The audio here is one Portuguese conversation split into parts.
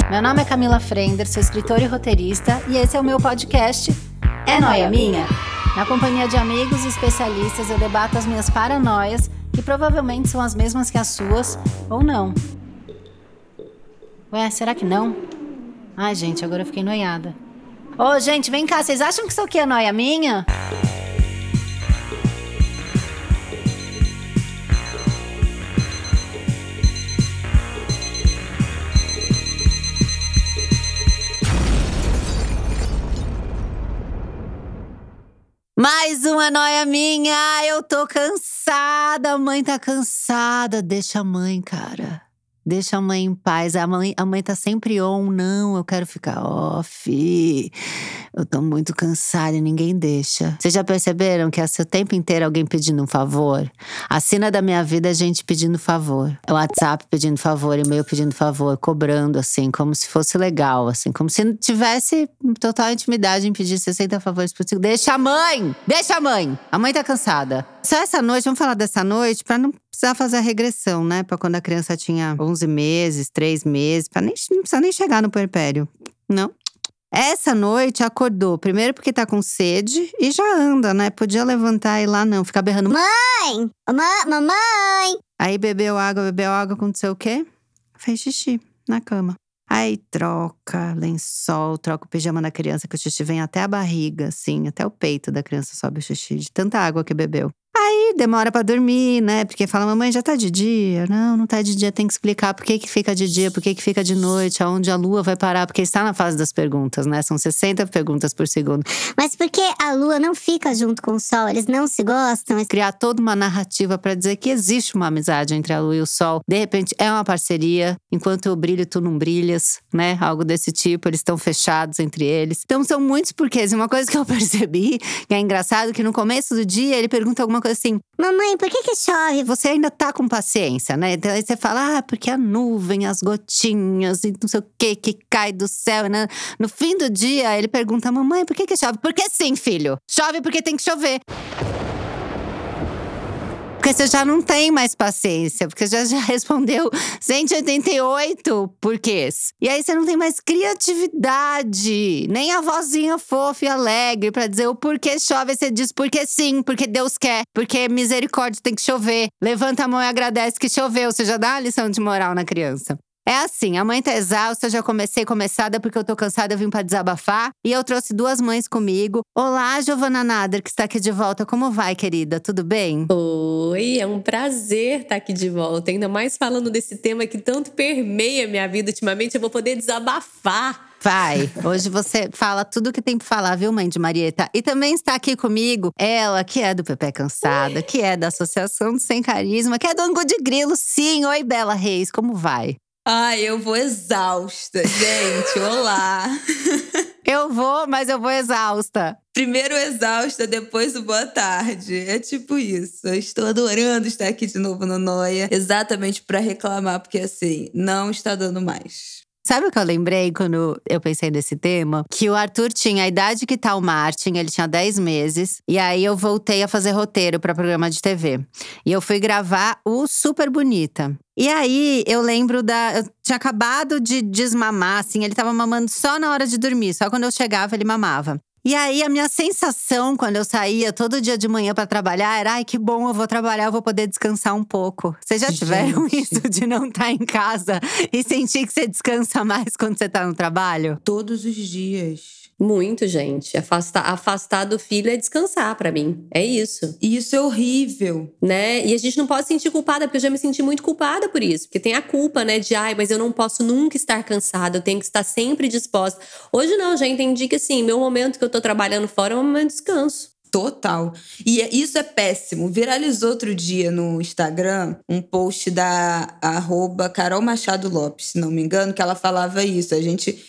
Meu nome é Camila Frender, sou escritora e roteirista e esse é o meu podcast É Nóia Minha? Na companhia de amigos e especialistas eu debato as minhas paranoias, que provavelmente são as mesmas que as suas, ou não. Ué, será que não? Ai, gente, agora eu fiquei noiada. Ô, gente, vem cá, vocês acham que isso aqui é nóia minha? Mais uma noia minha! Eu tô cansada, a mãe tá cansada. Deixa a mãe, cara. Deixa a mãe em paz. A mãe tá sempre on. Não, eu quero ficar off. Eu tô muito cansada e ninguém deixa. Vocês já perceberam que é o tempo inteiro alguém pedindo um favor? A cena da minha vida é gente pedindo favor. É o WhatsApp pedindo favor, e-mail pedindo favor, cobrando, assim, como se fosse legal, assim. Como se tivesse total intimidade em pedir 60 favores por segundo. Deixa a mãe! Deixa a mãe! A mãe tá cansada. Só essa noite, vamos falar dessa noite, pra não precisar fazer a regressão, né? Pra quando a criança tinha 11 meses, 3 meses, pra não precisar nem chegar no puerpério. Não. Essa noite acordou, primeiro porque tá com sede e já anda, né? Podia levantar e ir lá não, ficar berrando. Mãe! Mamãe! Aí bebeu água, aconteceu o quê? Fez xixi na cama. Aí troca lençol, troca o pijama da criança, que o xixi vem até a barriga, assim, até o peito da criança sobe o xixi, de tanta água que bebeu. Aí demora pra dormir, né? Porque fala, mamãe, já tá de dia. Não tá de dia, tem que explicar por que fica de dia, por que fica de noite, aonde a lua vai parar. Porque está na fase das perguntas, né? São 60 perguntas por segundo. Mas por que a lua não fica junto com o sol? Eles não se gostam? Criar toda uma narrativa pra dizer que existe uma amizade entre a lua e o sol. De repente, é uma parceria. Enquanto eu brilho, tu não brilhas, né? Algo desse tipo, eles estão fechados entre eles. Então são muitos porquês. E uma coisa que eu percebi, que é engraçado, que no começo do dia ele pergunta alguma coisa assim: mamãe, por que chove? Você ainda tá com paciência, né? Então aí você fala, porque a nuvem, as gotinhas e não sei o que cai do céu, né? No fim do dia, ele pergunta, mamãe, por que chove? Porque sim, filho. Chove porque tem que chover. Porque você já não tem mais paciência, porque já respondeu 188 porquês. E aí você não tem mais criatividade, nem a vozinha fofa e alegre pra dizer o porquê chove. Aí você diz porque sim, porque Deus quer, porque misericórdia tem que chover. Levanta a mão e agradece que choveu, você já dá uma lição de moral na criança. É assim, a mãe tá exausta, já comecei começada porque eu tô cansada, eu vim pra desabafar. E eu trouxe 2 mães comigo. Olá, Giovana Nader, que está aqui de volta. Como vai, querida? Tudo bem? Oi, é um prazer estar aqui de volta. Ainda mais falando desse tema que tanto permeia minha vida ultimamente, eu vou poder desabafar. Vai, hoje você fala tudo que tem pra falar, viu, mãe de Marieta? E também está aqui comigo ela, que é do Pepe Cansada, que é da Associação do Sem Carisma, que é do Angu de Grilo. Sim, oi, Bela Reis, como vai? Ai, eu vou exausta, gente, olá. Eu vou, mas eu vou exausta. Primeiro exausta, depois o boa tarde. É tipo isso. Eu estou adorando estar aqui de novo no Noia, exatamente pra reclamar, porque assim, não está dando mais. Sabe o que eu lembrei quando eu pensei nesse tema? Que o Arthur tinha a idade que tá o Martin, ele tinha 10 meses. E aí eu voltei a fazer roteiro pra programa de TV. E eu fui gravar o Super Bonita. E aí eu lembro eu tinha acabado de desmamar, assim, ele tava mamando só na hora de dormir. Só quando eu chegava ele mamava. E aí, a minha sensação quando eu saía todo dia de manhã pra trabalhar era: ai, que bom, eu vou trabalhar, eu vou poder descansar um pouco. Vocês já tiveram isso de não estar em casa e sentir que você descansa mais quando você tá no trabalho? Todos os dias. Muito, gente. Afastar do filho é descansar pra mim. É isso. E isso é horrível. Né? E a gente não pode se sentir culpada, porque eu já me senti muito culpada por isso. Porque tem a culpa, né? De, mas eu não posso nunca estar cansada, eu tenho que estar sempre disposta. Hoje não, já entendi que assim, meu momento que eu tô trabalhando fora é um momento de descanso. Total. E isso é péssimo. Viralizou outro dia no Instagram um post da @Carol Machado Lopes, se não me engano, que ela falava isso. A gente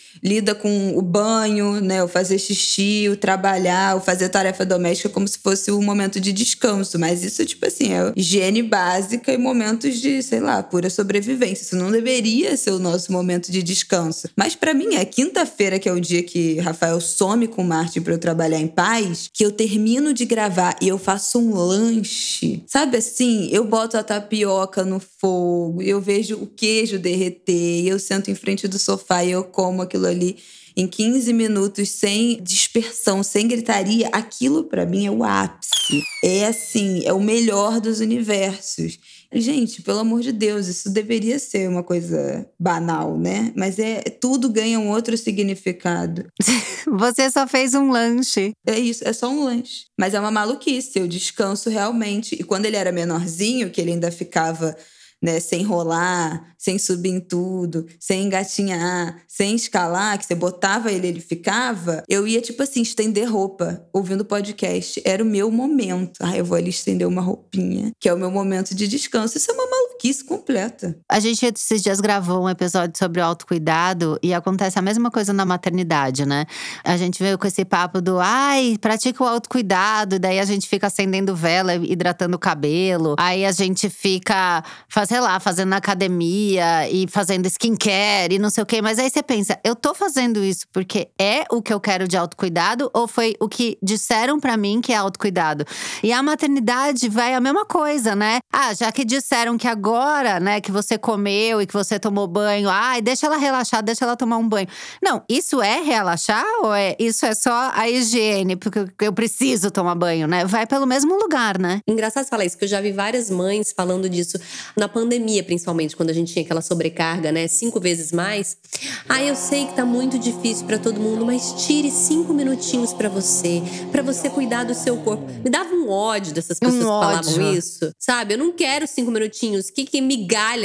lida com o banho, né? O fazer xixi, o trabalhar, o fazer tarefa doméstica como se fosse um momento de descanso. Mas isso, tipo assim, é higiene básica e momentos de, sei lá, pura sobrevivência. Isso não deveria ser o nosso momento de descanso. Mas pra mim é quinta-feira, que é o dia que Rafael some com o Martin pra eu trabalhar em paz, que eu termino de gravar e eu faço um lanche. Sabe assim, eu boto a tapioca no fogo, eu vejo o queijo derreter, eu sento em frente do sofá e eu como aquilo ali em 15 minutos, sem dispersão, sem gritaria. Aquilo pra mim é o ápice. É assim, é o melhor dos universos. Gente, pelo amor de Deus, isso deveria ser uma coisa banal, né? Mas tudo ganha um outro significado. Você só fez um lanche. É isso, é só um lanche. Mas é uma maluquice, eu descanso realmente. E quando ele era menorzinho, que ele ainda ficava, né, sem rolar, sem subir em tudo, sem engatinhar, sem escalar, que você botava ele ficava, eu ia, tipo assim, estender roupa, ouvindo podcast. Era o meu momento. Eu vou ali estender uma roupinha, que é o meu momento de descanso. Isso é uma maluquice completa. A gente esses dias gravou um episódio sobre o autocuidado e acontece a mesma coisa na maternidade, né? A gente veio com esse papo do pratica o autocuidado, e daí a gente fica acendendo vela, hidratando o cabelo, aí a gente fica, fazendo academia e fazendo skincare e não sei o quê. Mas aí você pensa, eu tô fazendo isso porque é o que eu quero de autocuidado ou foi o que disseram pra mim que é autocuidado? E a maternidade vai a mesma coisa, né? Já que disseram que agora, né, que você comeu e que você tomou banho, deixa ela relaxar, deixa ela tomar um banho. Não, isso é relaxar ou isso é só a higiene, porque eu preciso tomar banho, né? Vai pelo mesmo lugar, né? Engraçado falar isso, que eu já vi várias mães falando disso na pandemia, principalmente, quando a gente tinha aquela sobrecarga, né? 5 vezes mais. Eu sei que tá muito difícil pra todo mundo, mas tire 5 minutinhos pra você cuidar do seu corpo. Me dava um ódio dessas pessoas que falavam isso, sabe? Eu não quero 5 minutinhos. Que migalha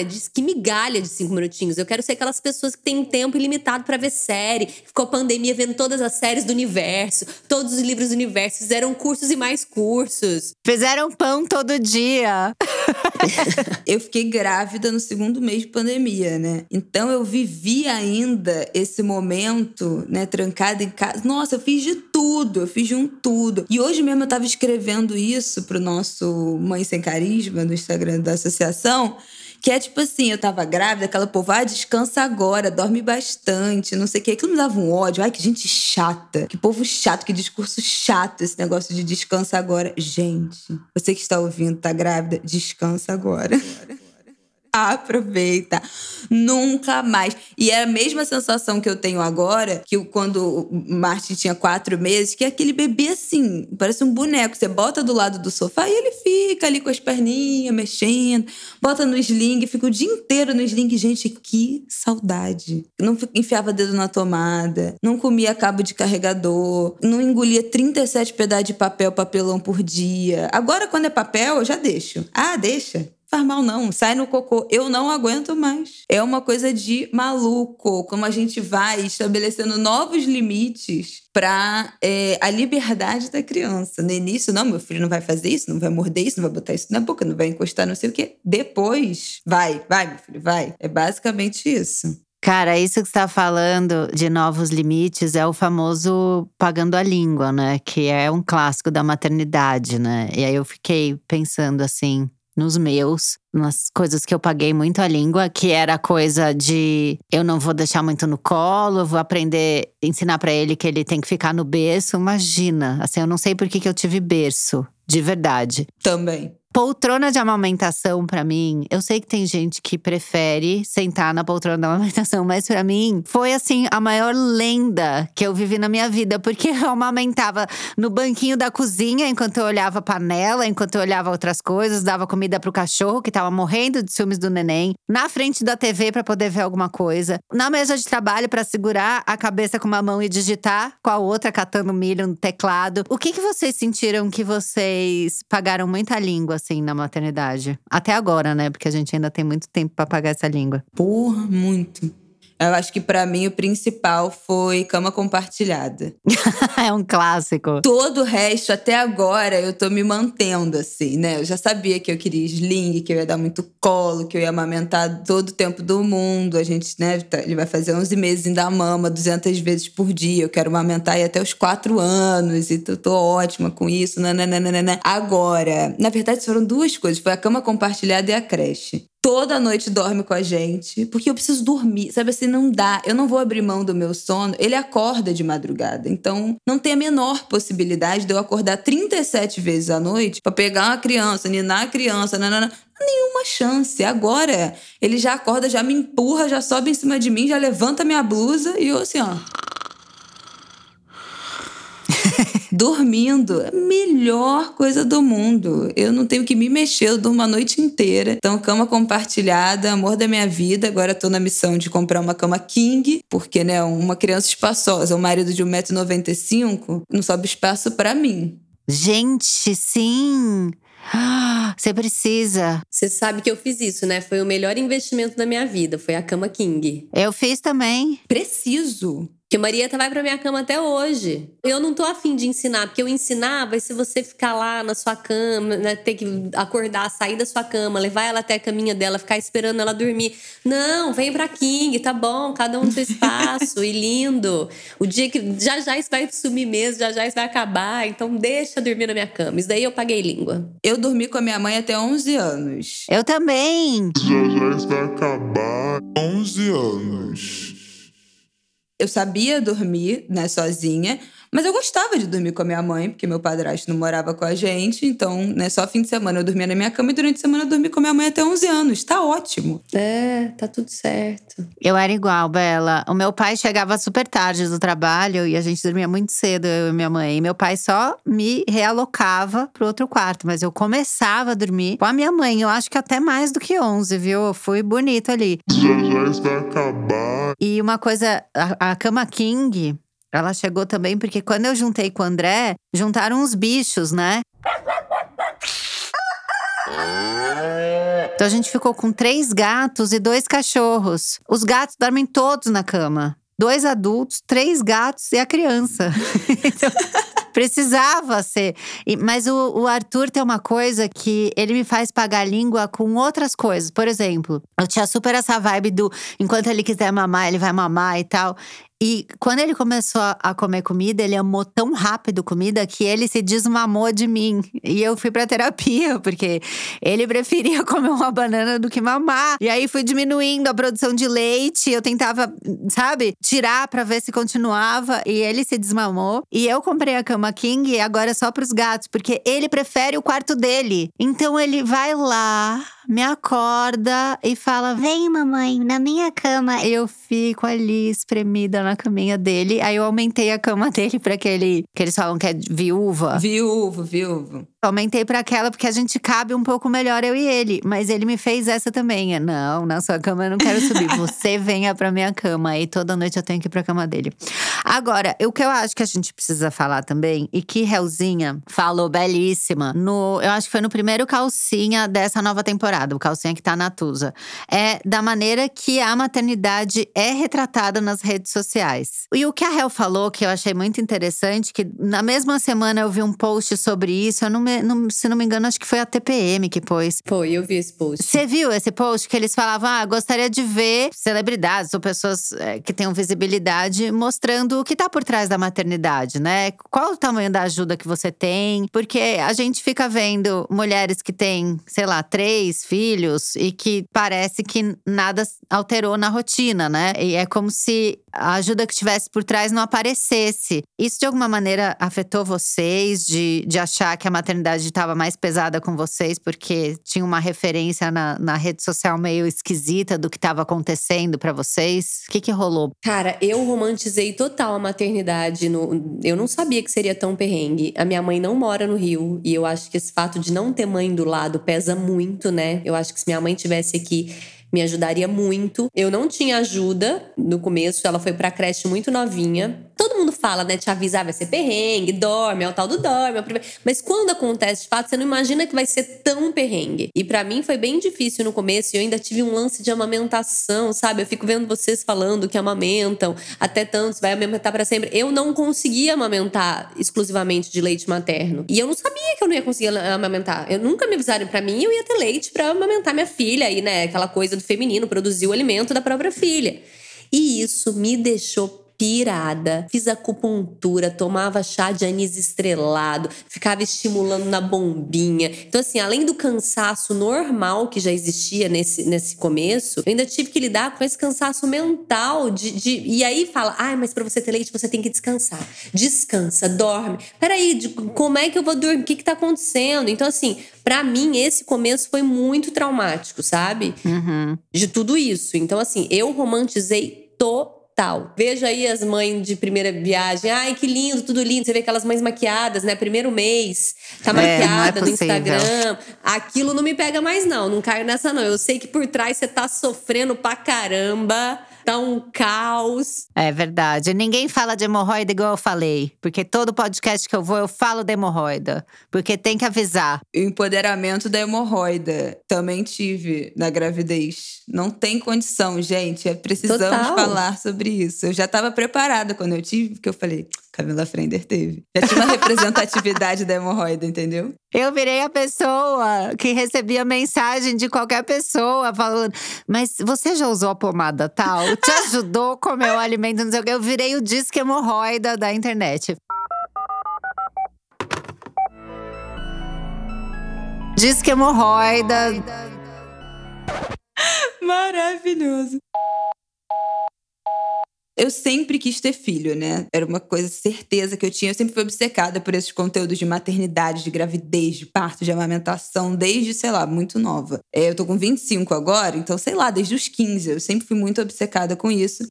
de 5 minutinhos. Eu quero ser aquelas pessoas que têm tempo ilimitado pra ver série. Ficou pandemia vendo todas as séries do universo, todos os livros do universo, fizeram cursos e mais cursos. Fizeram pão todo dia. Eu fiquei grávida no 2º mês de pandemia, né? Então eu vivi ainda esse momento, né, trancada em casa. Nossa, eu fiz de tudo, eu fiz de um tudo. E hoje mesmo eu tava escrevendo isso pro nosso Mãe Sem Carisma, no Instagram da associação, que é tipo assim, eu tava grávida, aquela povo, descansa agora, dorme bastante, não sei o que. Aquilo me dava um ódio. Que gente chata, que povo chato, que discurso chato esse negócio de descansa agora. Gente, você que está ouvindo, tá grávida, descansa agora. Aproveita. Nunca mais. E é a mesma sensação que eu tenho agora, que quando o Martin tinha 4 meses, que é aquele bebê assim, parece um boneco. Você bota do lado do sofá e ele fica ali com as perninhas, mexendo. Bota no sling, fica o dia inteiro no sling. Gente, que saudade. Não enfiava dedo na tomada, não comia cabo de carregador, não engolia 37 pedaços de papelão por dia. Agora, quando é papel, eu já deixo. Deixa. Faz mal não, sai no cocô. Eu não aguento mais. É uma coisa de maluco, como a gente vai estabelecendo novos limites para a liberdade da criança. No início, não, meu filho não vai fazer isso, não vai morder isso, não vai botar isso na boca, não vai encostar não sei o quê. Depois, vai, meu filho, vai. É basicamente isso. Cara, isso que você tá falando de novos limites é o famoso pagando a língua, né? Que é um clássico da maternidade, né? E aí eu fiquei pensando assim, nas coisas que eu paguei muito a língua, que era a coisa de eu não vou deixar muito no colo, eu vou ensinar pra ele que ele tem que ficar no berço. Imagina, assim, eu não sei por que eu tive berço, de verdade. Também. Poltrona de amamentação, pra mim, eu sei que tem gente que prefere sentar na poltrona da amamentação, mas pra mim foi assim a maior lenda que eu vivi na minha vida, porque eu amamentava no banquinho da cozinha enquanto eu olhava a panela, enquanto eu olhava outras coisas, dava comida pro cachorro que tava morrendo de ciúmes do neném, na frente da TV pra poder ver alguma coisa, na mesa de trabalho pra segurar a cabeça com uma mão e digitar com a outra, catando milho no teclado. O que vocês sentiram que vocês pagaram muita língua assim na maternidade? Até agora, né? Porque a gente ainda tem muito tempo pra pagar essa língua. Porra, muito. Eu acho que pra mim o principal foi cama compartilhada. É um clássico. Todo o resto, até agora, eu tô me mantendo assim, né? Eu já sabia que eu queria sling, que eu ia dar muito colo, que eu ia amamentar todo o tempo do mundo. A gente, né, ele vai fazer 11 meses ainda mama 200 vezes por dia. Eu quero amamentar aí até os 4 anos e tô ótima com isso, nananana. Agora, na verdade, foram duas coisas. Foi a cama compartilhada e a creche. Toda noite dorme com a gente, porque eu preciso dormir, sabe assim, não dá. Eu não vou abrir mão do meu sono, ele acorda de madrugada. Então, não tem a menor possibilidade de eu acordar 37 vezes à noite pra pegar uma criança, ninar a criança, nanana. Nenhuma chance. Agora, ele já acorda, já me empurra, já sobe em cima de mim, já levanta minha blusa e eu assim, ó… dormindo, a melhor coisa do mundo. Eu não tenho que me mexer, eu durmo a noite inteira. Então, cama compartilhada, amor da minha vida. Agora eu tô na missão de comprar uma cama king, porque, né, uma criança espaçosa, um marido de 1,95 m, não sobe espaço pra mim. Gente, sim! Você precisa. Você sabe que eu fiz isso, né? Foi o melhor investimento da minha vida, foi a cama king. Eu fiz também. Preciso. Porque Marieta vai pra minha cama até hoje. Eu não tô afim de ensinar, porque eu ensinar vai ser você ficar lá na sua cama, né, ter que acordar, sair da sua cama, levar ela até a caminha dela, ficar esperando ela dormir. Não, vem pra King, tá bom, cada um no seu espaço, e lindo. O dia que já isso vai sumir mesmo, já isso vai acabar, então deixa eu dormir na minha cama. Isso daí eu paguei língua. Eu dormi com a minha mãe até 11 anos. Eu também. Já isso vai acabar. 11 anos. Eu sabia dormir, né, sozinha, mas eu gostava de dormir com a minha mãe, porque meu padrasto não morava com a gente. Então, né, só fim de semana eu dormia na minha cama e durante a semana eu dormi com a minha mãe até 11 anos. Tá ótimo. É, tá tudo certo. Eu era igual, Bela. O meu pai chegava super tarde do trabalho e a gente dormia muito cedo, eu e minha mãe. E meu pai só me realocava pro outro quarto, mas eu começava a dormir com a minha mãe. Eu acho que até mais do que 11, viu? Eu fui bonito ali. Já isso vai acabar. E uma coisa, a cama king, ela chegou também porque quando eu juntei com o André, juntaram uns bichos, né? Então a gente ficou com 3 gatos e 2 cachorros. Os gatos dormem todos na cama. 2 adultos, 3 gatos e a criança. Então, precisava ser. Mas o Arthur tem uma coisa que ele me faz pagar língua com outras coisas. Por exemplo, eu tinha super essa vibe do enquanto ele quiser mamar, ele vai mamar e tal. E quando ele começou a comer comida, ele amou tão rápido comida que ele se desmamou de mim. E eu fui pra terapia, porque ele preferia comer uma banana do que mamar. E aí fui diminuindo a produção de leite. Eu tentava, sabe, tirar pra ver se continuava. E ele se desmamou. E eu comprei a cama king agora só pros gatos, porque ele prefere o quarto dele. Então ele vai lá, me acorda e fala: Vem, mamãe, na minha cama. eu fico ali espremida na caminha dele. Aí eu aumentei a cama dele pra aquele que eles falam que é viúva. Viúvo. Aumentei pra aquela porque a gente cabe um pouco melhor, eu e ele. Mas ele me fez essa também. Não, na sua cama eu não quero subir. Você venha pra minha cama. Aí toda noite eu tenho que ir pra cama dele. Agora, o que eu acho que a gente precisa falar também, e que Helzinha falou belíssima, eu acho que foi no primeiro Calcinha dessa nova temporada, o Calcinha que tá na Tusa, é da maneira que a maternidade é retratada nas redes sociais. E o que a Hel falou, que eu achei muito interessante, que na mesma semana eu vi um post sobre isso, se não me engano, acho que foi a TPM que pôs. Foi, eu vi esse post. Você viu esse post que eles falavam: gostaria de ver celebridades ou pessoas que tenham visibilidade mostrando o que tá por trás da maternidade, né? Qual o tamanho da ajuda que você tem? Porque a gente fica vendo mulheres que têm, sei lá, 3 filhos e que parece que nada alterou na rotina, né? E é como se a ajuda que tivesse por trás não aparecesse. Isso de alguma maneira afetou vocês de achar que a maternidade estava mais pesada com vocês porque tinha uma referência na rede social meio esquisita do que estava acontecendo pra vocês? O que rolou? Cara, eu romantizei total a maternidade. Eu não sabia que seria tão perrengue. A minha mãe não mora no Rio. E eu acho que esse fato de não ter mãe do lado pesa muito, né? Eu acho que se minha mãe tivesse aqui, me ajudaria muito. Eu não tinha ajuda no começo. Ela foi pra creche muito novinha. Todo mundo fala, né? Te avisar, vai ser perrengue, dorme, é o tal do dorme. Mas quando acontece de fato, você não imagina que vai ser tão perrengue. E pra mim foi bem difícil no começo. E eu ainda tive um lance de amamentação, sabe? Eu fico vendo vocês falando que amamentam até tantos, vai amamentar pra sempre. Eu não conseguia amamentar exclusivamente de leite materno. E eu não sabia que eu não ia conseguir amamentar. Eu nunca me avisaram pra mim, eu ia ter leite pra amamentar minha filha. Aí, né? Aquela coisa do feminino, produzir o alimento da própria filha. E isso me deixou pirada. Fiz acupuntura, tomava chá de anis estrelado, ficava estimulando na bombinha. Então, assim, além do cansaço normal que já existia nesse começo, eu ainda tive que lidar com esse cansaço mental e aí fala, mas pra você ter leite, você tem que descansar. Descansa, dorme. Peraí, como é que eu vou dormir? O que tá acontecendo? Então, assim, pra mim, esse começo foi muito traumático, sabe? De tudo isso. Então, assim, eu romantizei total. Veja aí as mães de primeira viagem. Ai, que lindo, tudo lindo. Você vê aquelas mães maquiadas, né? Primeiro mês, tá maquiada no Instagram. Aquilo não me pega mais, não. Não caio nessa, não. Eu sei que por trás você tá sofrendo pra caramba. Tá um caos. É verdade. Ninguém fala de hemorroida igual eu falei. Porque todo podcast que eu vou, eu falo de hemorroida. Porque tem que avisar. O empoderamento da hemorroida. Também tive na gravidez. Não tem condição, gente. Precisamos falar sobre isso. Eu já estava preparada quando eu tive, porque eu falei, Camila Frender teve. Já tinha uma representatividade da hemorroida, entendeu? Eu virei a pessoa que recebia mensagem de qualquer pessoa falando, mas você já usou a pomada tal? Te ajudou a comer o alimento, não sei o quê. Eu virei o disque hemorroida da internet. Disque hemorroida. Maravilhoso. Eu sempre quis ter filho, né? Era uma coisa, certeza que eu tinha. Eu sempre fui obcecada por esses conteúdos de maternidade, de gravidez, de parto, de amamentação, desde, sei lá, muito nova. Eu tô com 25 agora, então, sei lá, desde os 15. Eu sempre fui muito obcecada com isso.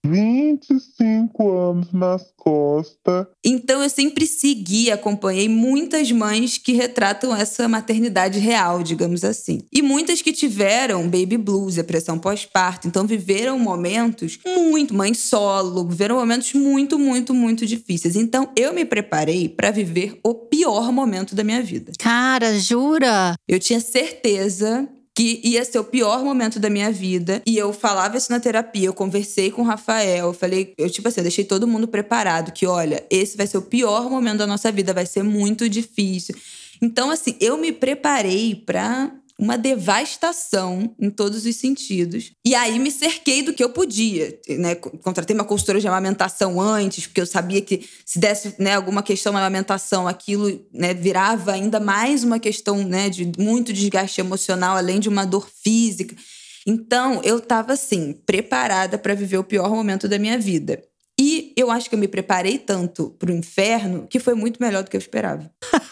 25 anos nas costas. Então, eu sempre acompanhei muitas mães que retratam essa maternidade real, digamos assim. E muitas que tiveram baby blues, depressão pós-parto. Então, viveram momentos mãe solo, viveram momentos muito, muito, muito difíceis. Então, eu me preparei para viver o pior momento da minha vida. Cara, jura? Eu tinha certeza que ia ser o pior momento da minha vida. E eu falava isso na terapia, eu conversei com o Rafael, eu deixei todo mundo preparado, que olha, esse vai ser o pior momento da nossa vida, vai ser muito difícil. Então, assim, eu me preparei para uma devastação em todos os sentidos. E aí me cerquei do que eu podia, né? Contratei uma consultora de amamentação antes, porque eu sabia que se desse, né, alguma questão na amamentação, aquilo, né, virava ainda mais uma questão, né, de muito desgaste emocional, além de uma dor física. Então, eu estava, assim, preparada para viver o pior momento da minha vida. E eu acho que eu me preparei tanto pro inferno que foi muito melhor do que eu esperava.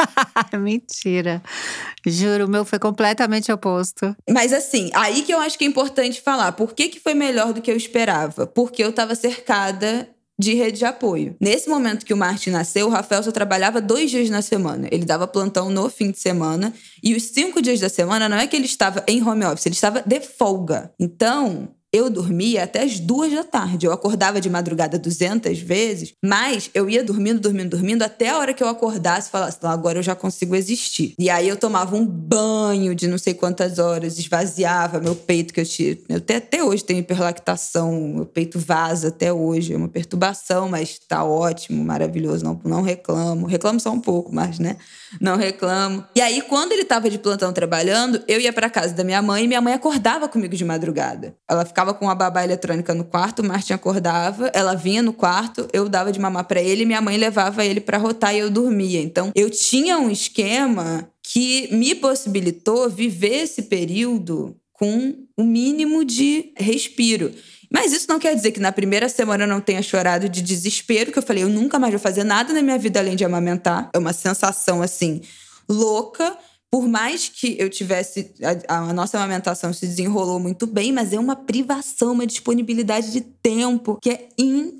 Mentira. Juro, o meu foi completamente oposto. Mas assim, aí que eu acho que é importante falar. Por que foi melhor do que eu esperava? Porque eu tava cercada de rede de apoio. Nesse momento que o Martin nasceu, o Rafael só trabalhava 2 dias na semana. Ele dava plantão no fim de semana. E os 5 dias da semana, não é que ele estava em home office, ele estava de folga. Então, eu dormia até as 2 da tarde. Eu acordava de madrugada 200 vezes, mas eu ia dormindo até a hora que eu acordasse e falasse, não, agora eu já consigo existir. E aí eu tomava um banho de não sei quantas horas, esvaziava meu peito, que eu até hoje tenho hiperlactação, meu peito vaza até hoje, é uma perturbação, mas tá ótimo, maravilhoso, não reclamo. Reclamo só um pouco, mas, né, não reclamo. E aí, quando ele tava de plantão trabalhando, eu ia pra casa da minha mãe e minha mãe acordava comigo de madrugada. Ela ficava com a babá eletrônica no quarto, o Martin acordava, ela vinha no quarto, eu dava de mamar pra ele e minha mãe levava ele pra rotar e eu dormia. Então, eu tinha um esquema que me possibilitou viver esse período com o mínimo de respiro. Mas isso não quer dizer que na primeira semana eu não tenha chorado de desespero, que eu falei, eu nunca mais vou fazer nada na minha vida além de amamentar. É uma sensação, assim, louca. Por mais que eu tivesse… A nossa amamentação se desenrolou muito bem, mas é uma privação, uma disponibilidade de tempo que é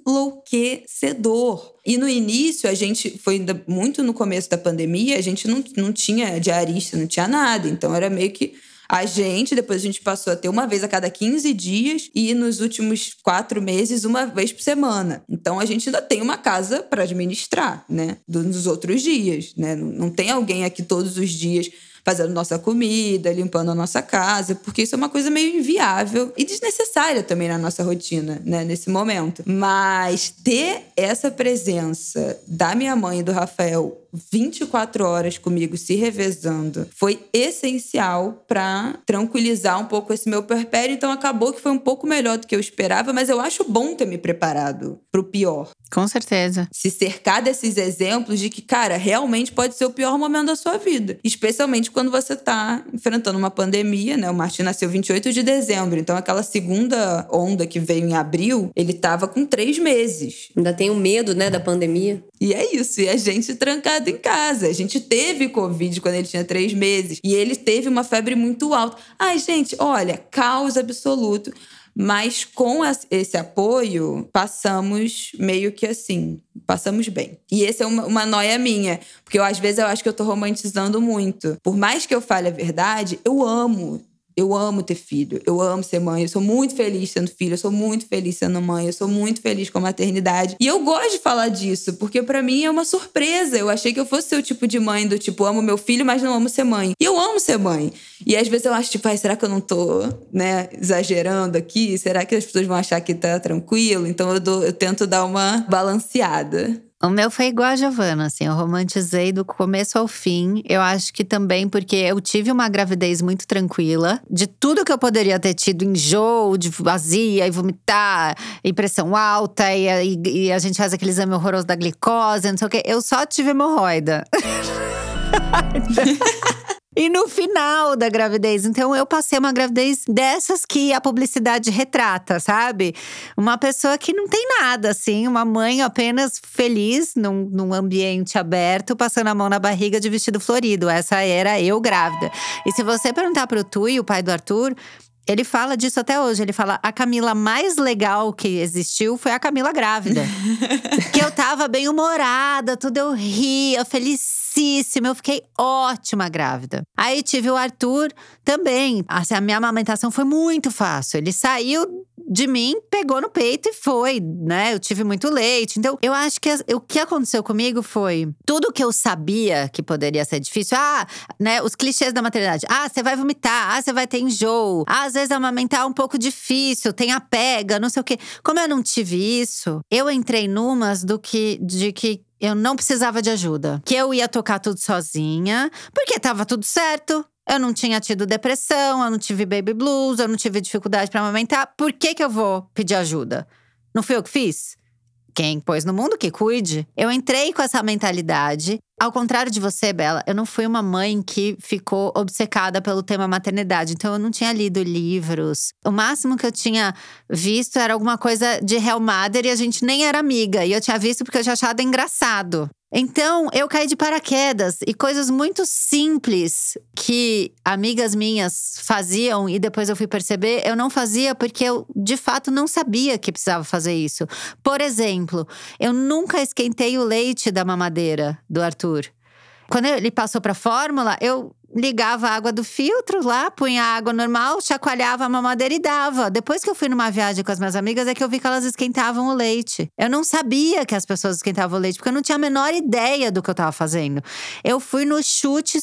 enlouquecedor. E no início, a gente… Foi muito no começo da pandemia, a gente não tinha diarista, não tinha nada. Então, era meio que Depois a gente passou a ter uma vez a cada 15 dias e nos últimos 4 meses, uma vez por semana. Então a gente ainda tem uma casa para administrar, né? Nos outros dias, né? Não tem alguém aqui todos os dias fazendo nossa comida, limpando a nossa casa, porque isso é uma coisa meio inviável e desnecessária também na nossa rotina, né, nesse momento. Mas ter essa presença da minha mãe e do Rafael 24 horas comigo se revezando foi essencial para tranquilizar um pouco esse meu puerpério. Então acabou que foi um pouco melhor do que eu esperava, mas eu acho bom ter me preparado pro pior. Com certeza. Se cercar desses exemplos de que, cara, realmente pode ser o pior momento da sua vida. Especialmente quando você tá enfrentando uma pandemia, né? O Martim nasceu 28 de dezembro, então aquela segunda onda que veio em abril, ele tava com 3 meses. Ainda tenho medo, né, da pandemia. E é isso, e a gente trancado em casa. A gente teve Covid quando ele tinha 3 meses. E ele teve uma febre muito alta. Ai, gente, olha, caos absoluto. Mas com esse apoio, passamos meio que assim, passamos bem. E essa é uma noia minha, porque às vezes eu acho que eu tô romantizando muito. Por mais que eu fale a verdade, eu amo ter filho, eu amo ser mãe, eu sou muito feliz sendo filho, eu sou muito feliz sendo mãe, eu sou muito feliz com a maternidade. E eu gosto de falar disso, porque pra mim é uma surpresa. Eu achei que eu fosse ser o tipo de mãe do tipo, amo meu filho, mas não amo ser mãe. E eu amo ser mãe. E às vezes eu acho, tipo, será que eu não tô, né, exagerando aqui? Será que as pessoas vão achar que tá tranquilo? Então eu tento dar uma balanceada. O meu foi igual a Giovana, assim, eu romantizei do começo ao fim. Eu acho que também porque eu tive uma gravidez muito tranquila. De tudo que eu poderia ter tido, enjoo, de vazia e vomitar, e pressão alta, e a gente faz aquele exame horroroso da glicose, não sei o quê. Eu só tive hemorroida. E no final da gravidez, então eu passei uma gravidez dessas que a publicidade retrata, sabe? Uma pessoa que não tem nada, assim, uma mãe apenas feliz num ambiente aberto, passando a mão na barriga de vestido florido. Essa era eu grávida. E se você perguntar pro Tui, o pai do Arthur, ele fala disso até hoje. Ele fala, a Camila mais legal que existiu foi a Camila grávida. Que eu tava bem humorada, tudo eu ria, felicíssima. Eu fiquei ótima grávida. Aí tive o Arthur também. Assim, a minha amamentação foi muito fácil. Ele saiu de mim, pegou no peito e foi, né? Eu tive muito leite. Então, eu acho que o que aconteceu comigo foi… Tudo que eu sabia que poderia ser difícil. Né? Os clichês da maternidade. Você vai vomitar. Você vai ter enjoo. Às vezes amamentar é um pouco difícil. Tem a pega, não sei o quê. Como eu não tive isso, eu entrei numas de que eu não precisava de ajuda. Que eu ia tocar tudo sozinha. Porque tava tudo certo. Eu não tinha tido depressão, eu não tive baby blues, eu não tive dificuldade para amamentar. Por que eu vou pedir ajuda? Não fui eu que fiz? Quem pôs no mundo que cuide. Eu entrei com essa mentalidade. Ao contrário de você, Bela, eu não fui uma mãe que ficou obcecada pelo tema maternidade. Então eu não tinha lido livros. O máximo que eu tinha visto era alguma coisa de Hell Mother e a gente nem era amiga. E eu tinha visto porque eu tinha achado engraçado. Então, eu caí de paraquedas e coisas muito simples que amigas minhas faziam e depois eu fui perceber, eu não fazia porque eu, de fato, não sabia que precisava fazer isso. Por exemplo, eu nunca esquentei o leite da mamadeira do Arthur. Quando ele passou pra fórmula, eu ligava a água do filtro lá, punha a água normal, chacoalhava a mamadeira e dava. Depois que eu fui numa viagem com as minhas amigas, é que eu vi que elas esquentavam o leite. Eu não sabia que as pessoas esquentavam o leite, porque eu não tinha a menor ideia do que eu tava fazendo. Eu fui no chute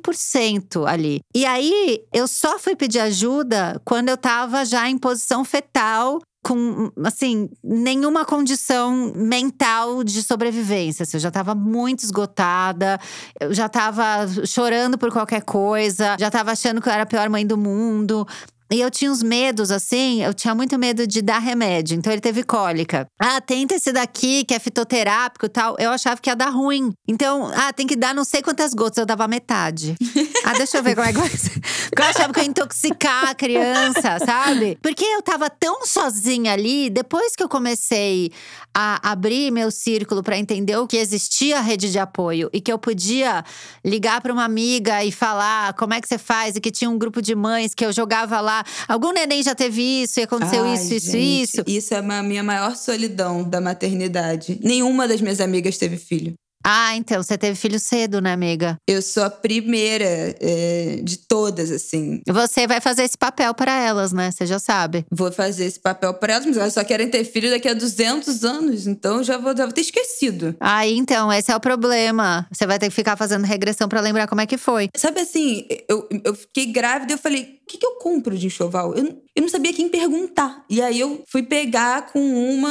100% ali. E aí, eu só fui pedir ajuda quando eu tava já em posição fetal, com, assim, nenhuma condição mental de sobrevivência. Assim, eu já tava muito esgotada, eu já tava chorando por qualquer coisa, já tava achando que eu era a pior mãe do mundo. E eu tinha uns medos, assim, eu tinha muito medo de dar remédio. Então ele teve cólica. Tenta esse daqui, que é fitoterápico e tal. Eu achava que ia dar ruim. Então, tem que dar não sei quantas gotas. Eu dava metade. Deixa eu ver como é que vai ser. Porque eu achava que eu ia intoxicar a criança, sabe? Porque eu tava tão sozinha ali. Depois que eu comecei a abrir meu círculo pra entender o que existia a rede de apoio. E que eu podia ligar pra uma amiga e falar como é que você faz. E que tinha um grupo de mães que eu jogava lá. Algum neném já teve isso e aconteceu isso. Isso é a minha maior solidão da maternidade. Nenhuma das minhas amigas teve filho. Ah, então você teve filho cedo, né, amiga? Eu sou a primeira de todas, assim. Você vai fazer esse papel pra elas, né? Você já sabe. Vou fazer esse papel pra elas, mas elas só querem ter filho daqui a 200 anos. Então eu já vou ter esquecido. Aí, então, esse é o problema. Você vai ter que ficar fazendo regressão pra lembrar como é que foi. Sabe assim, eu fiquei grávida e eu falei, o que eu compro de enxoval? Eu não sabia quem perguntar. E aí eu fui pegar com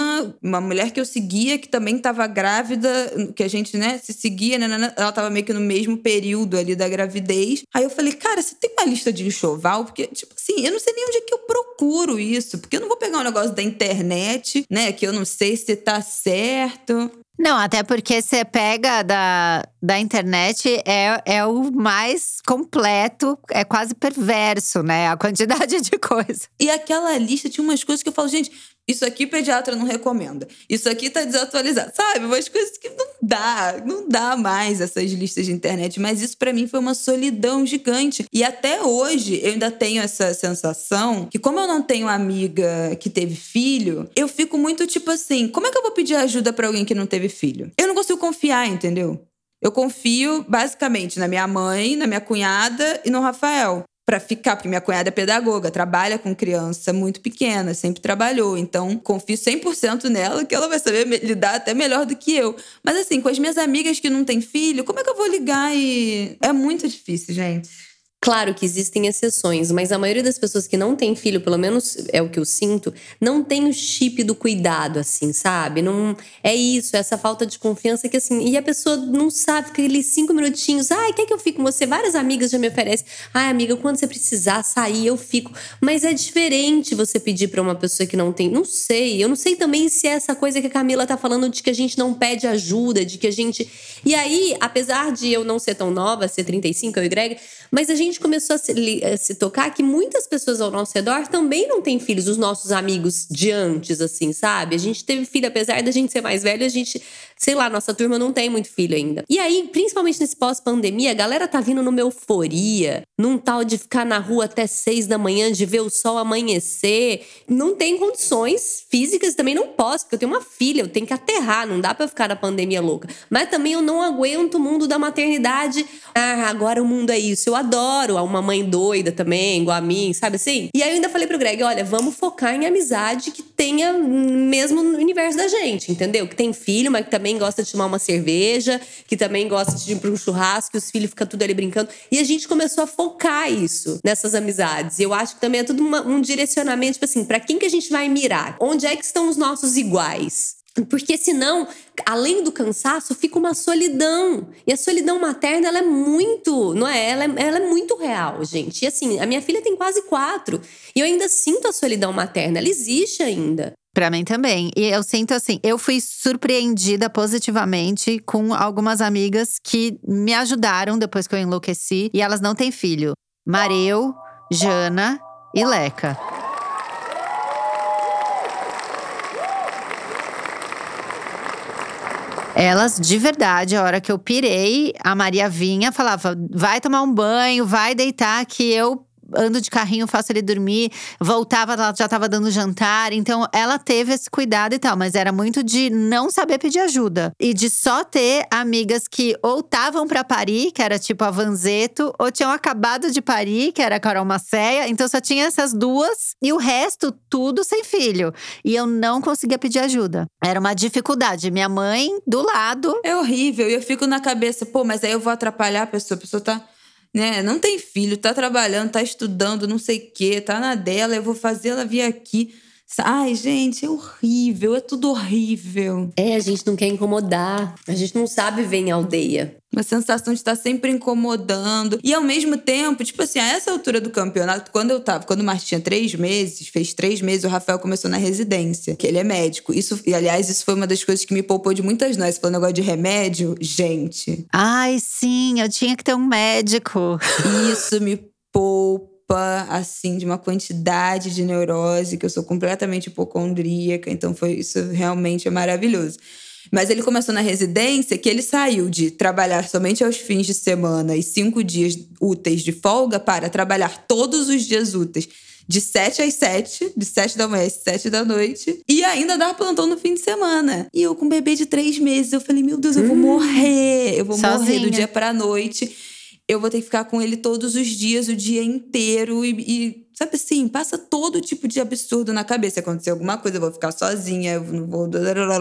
uma mulher que eu seguia, que também tava grávida, que a gente, né, se seguia, né, ela tava meio que no mesmo período ali da gravidez. Aí eu falei, cara, você tem uma lista de enxoval? Porque, tipo assim, eu não sei nem onde é que eu procuro isso. Porque eu não vou pegar um negócio da internet, né, que eu não sei se tá certo. Não, até porque você pega da internet, é o mais completo, é quase perverso, né? A quantidade de coisa. E aquela lista tinha umas coisas que eu falo, gente, isso aqui o pediatra não recomenda. Isso aqui tá desatualizado. Sabe? Umas coisas que não dá mais essas listas de internet. Mas isso pra mim foi uma solidão gigante. E até hoje eu ainda tenho essa sensação que, como eu não tenho amiga que teve filho, eu fico muito tipo assim, como é que eu vou pedir ajuda pra alguém que não teve filho? Eu não consigo confiar, entendeu? Eu confio basicamente na minha mãe, na minha cunhada e no Rafael. Pra ficar, porque minha cunhada é pedagoga, trabalha com criança muito pequena, sempre trabalhou. Então, confio 100% nela, que ela vai saber lidar até melhor do que eu. Mas assim, com as minhas amigas que não têm filho, como é que eu vou ligar e… É muito difícil, gente. Claro que existem exceções, mas a maioria das pessoas que não tem filho, pelo menos é o que eu sinto, não tem o chip do cuidado, assim, sabe? Não, é isso, essa falta de confiança que, assim… E a pessoa não sabe, fica aqueles 5 minutinhos. Ai, quer que eu fique com você? Várias amigas já me oferecem. Ai, amiga, quando você precisar sair, eu fico. Mas é diferente você pedir pra uma pessoa que não tem… Não sei, eu não sei também se é essa coisa que a Camila tá falando de que a gente não pede ajuda, de que a gente… E aí, apesar de eu não ser tão nova, ser 35, eu e Greg… Mas a gente começou a se tocar que muitas pessoas ao nosso redor também não têm filhos, os nossos amigos de antes, assim, sabe? A gente teve filho, apesar da gente ser mais velho, a gente, sei lá, nossa turma não tem muito filho ainda. E aí, principalmente nesse pós-pandemia, a galera tá vindo numa euforia, num tal de ficar na rua até 6 da manhã, de ver o sol amanhecer. Não tem condições físicas, também não posso, porque eu tenho uma filha, eu tenho que aterrar, não dá pra ficar na pandemia louca. Mas também eu não aguento o mundo da maternidade. Ah, agora o mundo é isso. Eu adoro uma mãe doida também, igual a mim, sabe assim? E aí eu ainda falei pro Greg, olha, vamos focar em amizade que tenha mesmo no universo da gente, entendeu? Que tem filho, mas que também gosta de tomar uma cerveja, que também gosta de ir pra um churrasco, que os filhos ficam tudo ali brincando. E a gente começou a focar isso nessas amizades. E eu acho que também é tudo um direcionamento, tipo assim, pra quem que a gente vai mirar? Onde é que estão os nossos iguais? Porque senão, além do cansaço, fica uma solidão. E a solidão materna, ela é muito, não é? Ela é muito real, gente. E assim, a minha filha tem quase 4. E eu ainda sinto a solidão materna. Ela existe ainda. Pra mim também. E eu sinto assim, eu fui surpreendida positivamente com algumas amigas que me ajudaram depois que eu enlouqueci. E elas não têm filho. Mareu, Jana e Leca. Elas, de verdade, a hora que eu pirei, a Maria vinha, falava, vai tomar um banho, vai deitar que eu ando de carrinho, faço ele dormir. Voltava, ela já tava dando jantar. Então, ela teve esse cuidado e tal. Mas era muito de não saber pedir ajuda. E de só ter amigas que ou estavam pra parir, que era tipo a Vanzeto. Ou tinham acabado de parir, que era a Carol Macéia. Então, só tinha essas duas. E o resto, tudo sem filho. E eu não conseguia pedir ajuda. Era uma dificuldade. Minha mãe, do lado. É horrível. E eu fico na cabeça, pô, mas aí eu vou atrapalhar a pessoa tá… Né? Não tem filho, tá trabalhando, tá estudando, não sei o quê, tá na dela, eu vou fazer ela vir aqui. Ai, gente, é horrível, é tudo horrível. É, a gente não quer incomodar, a gente não sabe viver em aldeia. Uma sensação de estar sempre incomodando. E ao mesmo tempo, tipo assim, a essa altura do campeonato, quando o Martin tinha 3 meses, fez 3 meses, o Rafael começou na residência, que ele é médico. E aliás, isso foi uma das coisas que me poupou de muitas noites. Você falou negócio de remédio, gente. Ai, sim, eu tinha que ter um médico. Isso me poupa, assim, de uma quantidade de neurose, que eu sou completamente hipocondríaca. Então, isso realmente é maravilhoso. Mas ele começou na residência que ele saiu de trabalhar somente aos fins de semana e 5 dias úteis de folga para trabalhar todos os dias úteis de 7 às 7, de 7 da manhã às 7 da noite, e ainda dar plantão no fim de semana. E eu com um bebê de 3 meses, eu falei, meu Deus, eu vou morrer. Eu vou morrer do dia pra noite. Eu vou ter que ficar com ele todos os dias, o dia inteiro. E sabe assim, passa todo tipo de absurdo na cabeça. Se acontecer alguma coisa, eu vou ficar sozinha, eu não vou...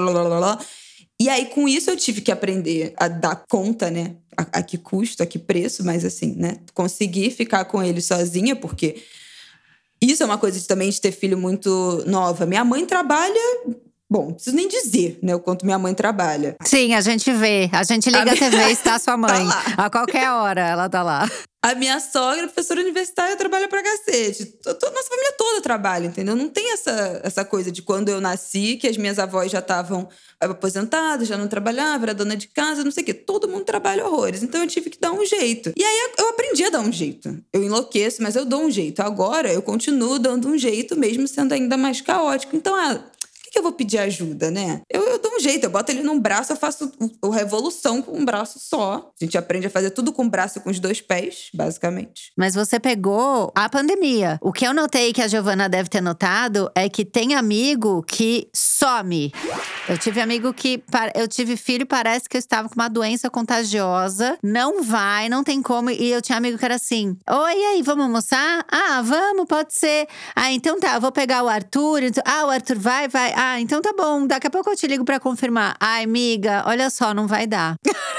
E aí, com isso, eu tive que aprender a dar conta, né? A que custo, a que preço, mas assim, né? Conseguir ficar com ele sozinha, porque isso é uma coisa também de ter filho muito nova. Minha mãe trabalha… Bom, não preciso nem dizer, né, o quanto minha mãe trabalha. Sim, a gente vê. A gente liga a TV e está sua mãe. Tá A qualquer hora ela tá lá. A minha sogra, professora universitária, trabalha pra cacete. Nossa família toda trabalha, entendeu? Não tem essa coisa de quando eu nasci, que as minhas avós já estavam aposentadas, já não trabalhavam, era dona de casa, não sei o quê. Todo mundo trabalha horrores. Então eu tive que dar um jeito. E aí eu aprendi a dar um jeito. Eu enlouqueço, mas eu dou um jeito. Agora eu continuo dando um jeito, mesmo sendo ainda mais caótico. Então, por que eu vou pedir ajuda, né? Eu dou um jeito, eu boto ele num braço, eu faço a revolução com um braço só. A gente aprende a fazer tudo com o braço e com os 2 pés, basicamente. Mas você pegou a pandemia. O que eu notei que a Giovana deve ter notado é que tem amigo que some. Eu tive amigo que… Eu tive filho e parece que eu estava com uma doença contagiosa. Não vai, não tem como. E eu tinha amigo que era assim… Oi, e aí, vamos almoçar? Ah, vamos, pode ser. Ah, então tá, eu vou pegar o Arthur. Ah, o Arthur vai. Ah, então tá bom, daqui a pouco eu te ligo pra confirmar. Ai, amiga, olha só, não vai dar.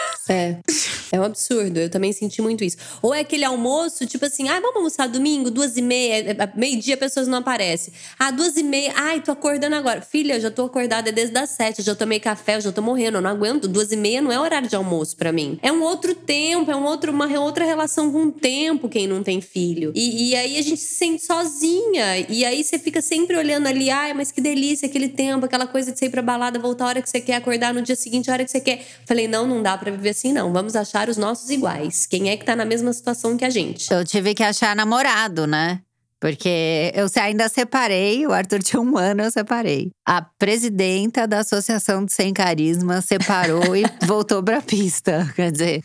É um absurdo, eu também senti muito isso. Ou é aquele almoço, tipo assim, vamos almoçar domingo, 2h30, meio-dia pessoas não aparecem. 2h30, ai, tô acordando agora. Filha, eu já tô acordada desde as 7, eu já tomei café, eu já tô morrendo, eu não aguento. 2h30 não é horário de almoço pra mim. É um outro tempo, uma outra relação com o tempo, quem não tem filho. E aí a gente se sente sozinha. E aí você fica sempre olhando ali, ai, mas que delícia, aquele tempo, aquela coisa de você ir pra balada, voltar a hora que você quer, acordar no dia seguinte, a hora que você quer. Falei, não dá pra viver assim, não. Vamos achar os nossos iguais. Quem é que tá na mesma situação que a gente? Eu tive que achar namorado, né? Porque eu ainda separei, o Arthur tinha 1 ano, eu separei. A presidenta da Associação de Sem Carisma separou e voltou pra pista. Quer dizer…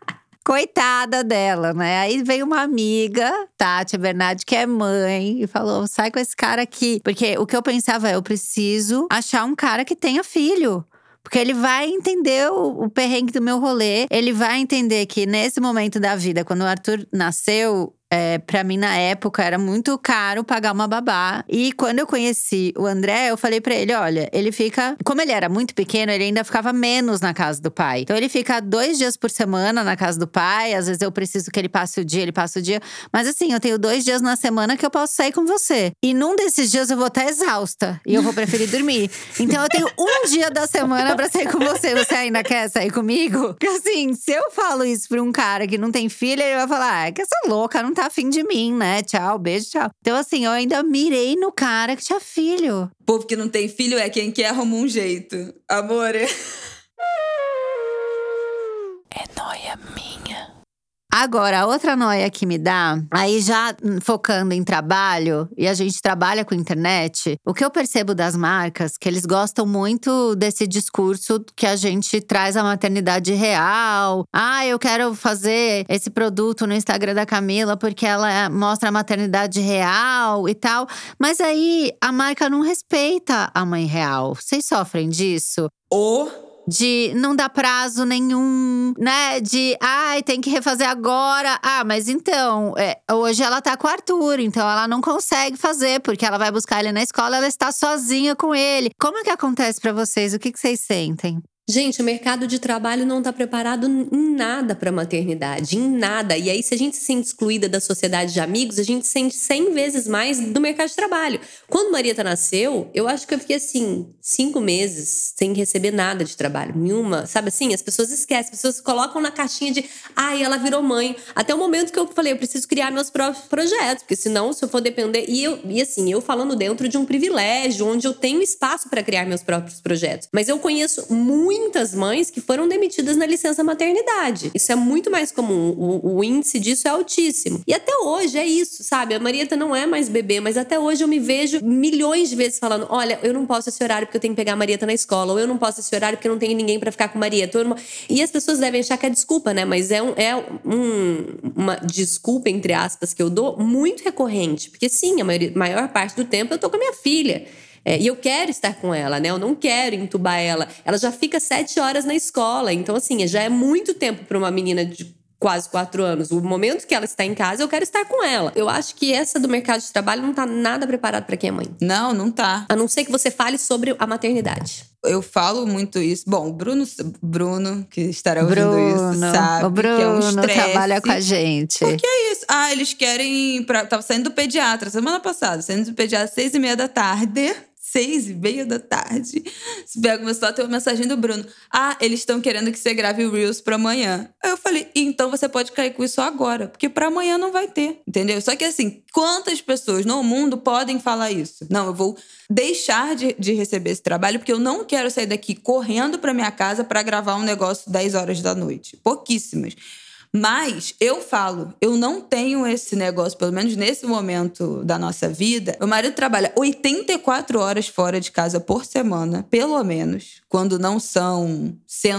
Coitada dela, né? Aí veio uma amiga, Tati Bernardi, que é mãe, e falou: sai com esse cara aqui. Porque o que eu pensava eu preciso achar um cara que tenha filho. Porque ele vai entender o perrengue do meu rolê. Ele vai entender que nesse momento da vida, quando o Arthur nasceu… pra mim, na época, era muito caro pagar uma babá. E quando eu conheci o André, eu falei pra ele, olha, ele fica… Como ele era muito pequeno, ele ainda ficava menos na casa do pai. Então ele fica 2 dias por semana na casa do pai. Às vezes eu preciso que ele passe o dia, ele passa o dia. Mas assim, eu tenho 2 dias na semana que eu posso sair com você. E num desses dias eu vou estar exausta. E eu vou preferir dormir. Então eu tenho 1 dia da semana pra sair com você. Você ainda quer sair comigo? Porque assim, se eu falo isso pra um cara que não tem filho, ele vai falar, que essa louca não tá afim de mim, né? Tchau, beijo, tchau. Então assim, eu ainda mirei no cara que tinha filho. O povo que não tem filho é quem quer arrumar um jeito. Amor. É nóia minha. Agora, a outra noia que me dá, aí já focando em trabalho, e a gente trabalha com internet, o que eu percebo das marcas, que eles gostam muito desse discurso que a gente traz a maternidade real. Eu quero fazer esse produto no Instagram da Camila porque ela mostra a maternidade real e tal. Mas aí, a marca não respeita a mãe real. Vocês sofrem disso? De não dar prazo nenhum, né? De, tem que refazer agora. Mas então, hoje ela tá com o Arthur, então ela não consegue fazer, porque ela vai buscar ele na escola, ela está sozinha com ele. Como é que acontece pra vocês? O que vocês sentem? Gente, o mercado de trabalho não está preparado em nada para a maternidade, em nada. E aí, se a gente se sente excluída da sociedade de amigos, a gente se sente 100 vezes mais do mercado de trabalho. Quando Marieta nasceu, eu acho que eu fiquei assim, 5 meses sem receber nada de trabalho, nenhuma. Sabe assim, as pessoas esquecem, as pessoas colocam na caixinha de ela virou mãe. Até o momento que eu falei, eu preciso criar meus próprios projetos, porque senão, se eu for depender… E assim, eu falando dentro de um privilégio, onde eu tenho espaço para criar meus próprios projetos. Mas eu conheço muita muitas mães que foram demitidas na licença maternidade. Isso é muito mais comum. O índice disso é altíssimo. E até hoje é isso, sabe? A Marieta não é mais bebê, mas até hoje eu me vejo milhões de vezes falando: olha, eu não posso esse horário porque eu tenho que pegar a Marieta na escola, ou eu não posso esse horário porque eu não tenho ninguém pra ficar com a Marieta. E as pessoas devem achar que é desculpa, né? Mas é uma desculpa, entre aspas, que eu dou muito recorrente. Porque sim, a maior parte do tempo eu tô com a minha filha. E eu quero estar com ela, né? Eu não quero entubar ela. Ela já fica 7 horas na escola. Então, assim, já é muito tempo para uma menina de quase 4 anos. O momento que ela está em casa, eu quero estar com ela. Eu acho que essa do mercado de trabalho não tá nada preparado para quem é mãe. Não tá. A não ser que você fale sobre a maternidade. Eu falo muito isso. Bom, o Bruno, que estará ouvindo isso, sabe o Bruno que é um estresse. trabalha com a gente. Porque é isso. Eles querem... Tava saindo do pediatra semana passada. Saindo do pediatra 6h30 da tarde. 6h30 da tarde. Se pega uma situação, tem uma mensagem do Bruno. Eles estão querendo que você grave o Reels pra amanhã. Aí eu falei, então você pode cair com isso agora. Porque pra amanhã não vai ter. Entendeu? Só que assim, quantas pessoas no mundo podem falar isso? Não, eu vou deixar de receber esse trabalho porque eu não quero sair daqui correndo pra minha casa pra gravar um negócio 10 horas da noite. Pouquíssimas. Mas eu falo, eu não tenho esse negócio, pelo menos nesse momento da nossa vida. Meu marido trabalha 84 horas fora de casa por semana, pelo menos, quando não são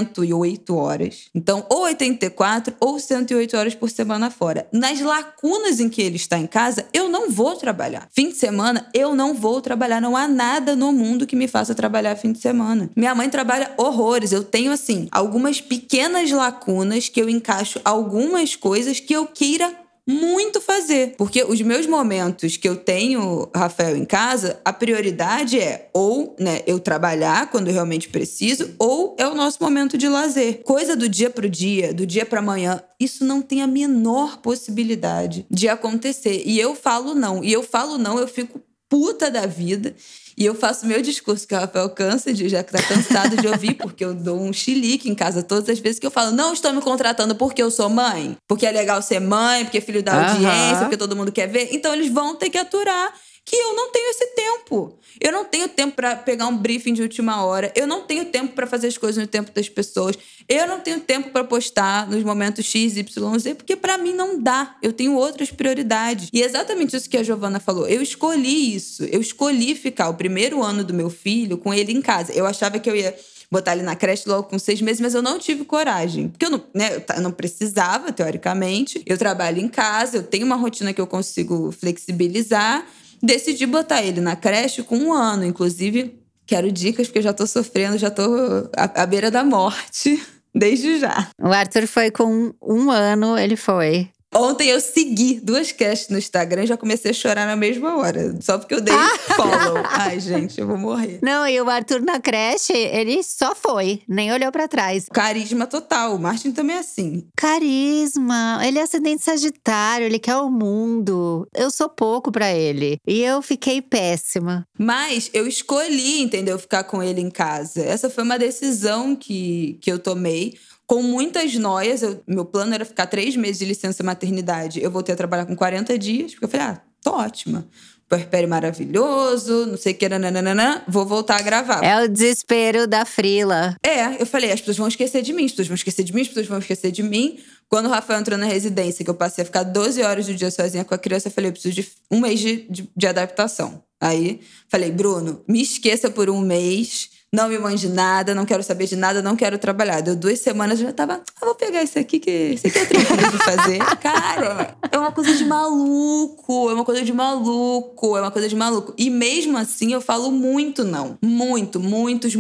108 horas. Então, ou 84 ou 108 horas por semana fora. Nas lacunas em que ele está em casa, eu não vou trabalhar. Fim de semana, eu não vou trabalhar. Não há nada no mundo que me faça trabalhar fim de semana. Minha mãe trabalha horrores. Eu tenho, assim, algumas pequenas lacunas que eu encaixo algumas coisas que eu queira muito fazer. Porque os meus momentos que eu tenho, Rafael, em casa, a prioridade é ou, né, eu trabalhar quando eu realmente preciso, ou é o nosso momento de lazer. Coisa do dia pro dia, do dia pra amanhã, isso não tem a menor possibilidade de acontecer. E eu falo não. E eu falo não, eu fico puta da vida. E eu faço meu discurso, que o Rafael já tá cansado de ouvir, porque eu dou um chilique em casa todas as vezes que eu falo: não estou me contratando porque eu sou mãe, porque é legal ser mãe, porque é filho da audiência, porque todo mundo quer ver. Então eles vão ter que aturar que eu não tenho esse tempo. Eu não tenho tempo para pegar um briefing de última hora. Eu não tenho tempo para fazer as coisas no tempo das pessoas. Eu não tenho tempo para postar nos momentos X, Y, Z, porque para mim não dá. Eu tenho outras prioridades. E é exatamente isso que a Giovana falou. Eu escolhi isso. Eu escolhi ficar o primeiro ano do meu filho com ele em casa. Eu achava que eu ia botar ele na creche logo com 6 meses, mas eu não tive coragem. Porque eu não precisava, teoricamente. Eu trabalho em casa, eu tenho uma rotina que eu consigo flexibilizar. Decidi botar ele na creche com 1 ano. Inclusive, quero dicas, porque eu já tô sofrendo, já tô à beira da morte, desde já. O Arthur foi com 1 ano, ele foi. Ontem eu segui 2 creches no Instagram e já comecei a chorar na mesma hora. Só porque eu dei follow. Ai, gente, eu vou morrer. Não, e o Arthur na creche, ele só foi. Nem olhou pra trás. Carisma total. O Martin também é assim. Carisma. Ele é ascendente sagitário, ele quer o mundo. Eu sou pouco pra ele. E eu fiquei péssima. Mas eu escolhi, entendeu? Ficar com ele em casa. Essa foi uma decisão que eu tomei. Com muitas noias, meu plano era ficar 3 meses de licença maternidade. Eu voltei a trabalhar com 40 dias, porque eu falei, tô ótima. Puerpério maravilhoso, não sei o que, nananana, vou voltar a gravar. É o desespero da frila. Eu falei, as pessoas vão esquecer de mim, as pessoas vão esquecer de mim, as pessoas vão esquecer de mim. Quando o Rafael entrou na residência, que eu passei a ficar 12 horas do dia sozinha com a criança, eu falei, eu preciso de 1 mês de adaptação. Aí, falei, Bruno, me esqueça por 1 mês. Não me mande nada, não quero saber de nada, não quero trabalhar. Deu 2 semanas, eu já tava… vou pegar isso aqui, que isso aqui é tranquilo de fazer. Cara, é uma coisa de maluco. É uma coisa de maluco. É uma coisa de maluco. E mesmo assim, eu falo muito não. Muitos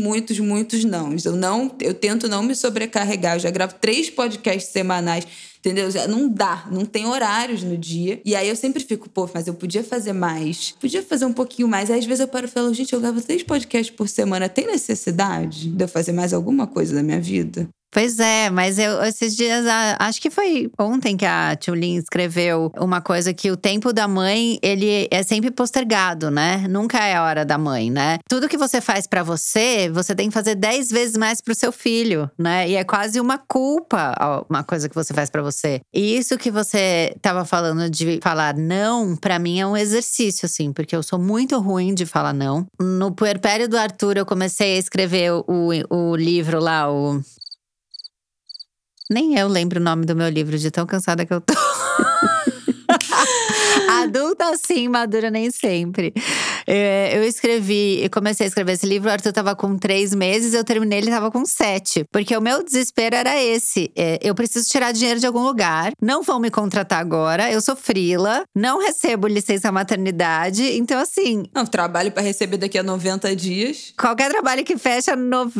não. Eu tento não me sobrecarregar. Eu já gravo 3 podcasts semanais. Entendeu? Não dá, não tem horários no dia. E aí eu sempre fico, mas eu podia fazer mais. Podia fazer um pouquinho mais. Aí às vezes eu paro e falo, gente, eu gravo 3 podcasts por semana. Tem necessidade de eu fazer mais alguma coisa na minha vida? Pois é, mas esses dias, acho que foi ontem que a Tulin escreveu uma coisa que o tempo da mãe, ele é sempre postergado, né? Nunca é a hora da mãe, né? Tudo que você faz pra você, você tem que fazer 10 vezes mais pro seu filho, né? E é quase uma culpa uma coisa que você faz pra você. E isso que você tava falando de falar não, pra mim é um exercício, assim. Porque eu sou muito ruim de falar não. No puerpério do Arthur, eu comecei a escrever o livro lá, Nem eu lembro o nome do meu livro, de tão cansada que eu tô. Adulta sim, madura nem sempre. Eu comecei a escrever esse livro, o Arthur tava com 3 meses, eu terminei, ele tava com 7. Porque o meu desespero era esse. Eu preciso tirar dinheiro de algum lugar, não vão me contratar agora, eu sou freela, não recebo licença maternidade. Então assim… Não, trabalho pra receber daqui a 90 dias. Qualquer trabalho que fecha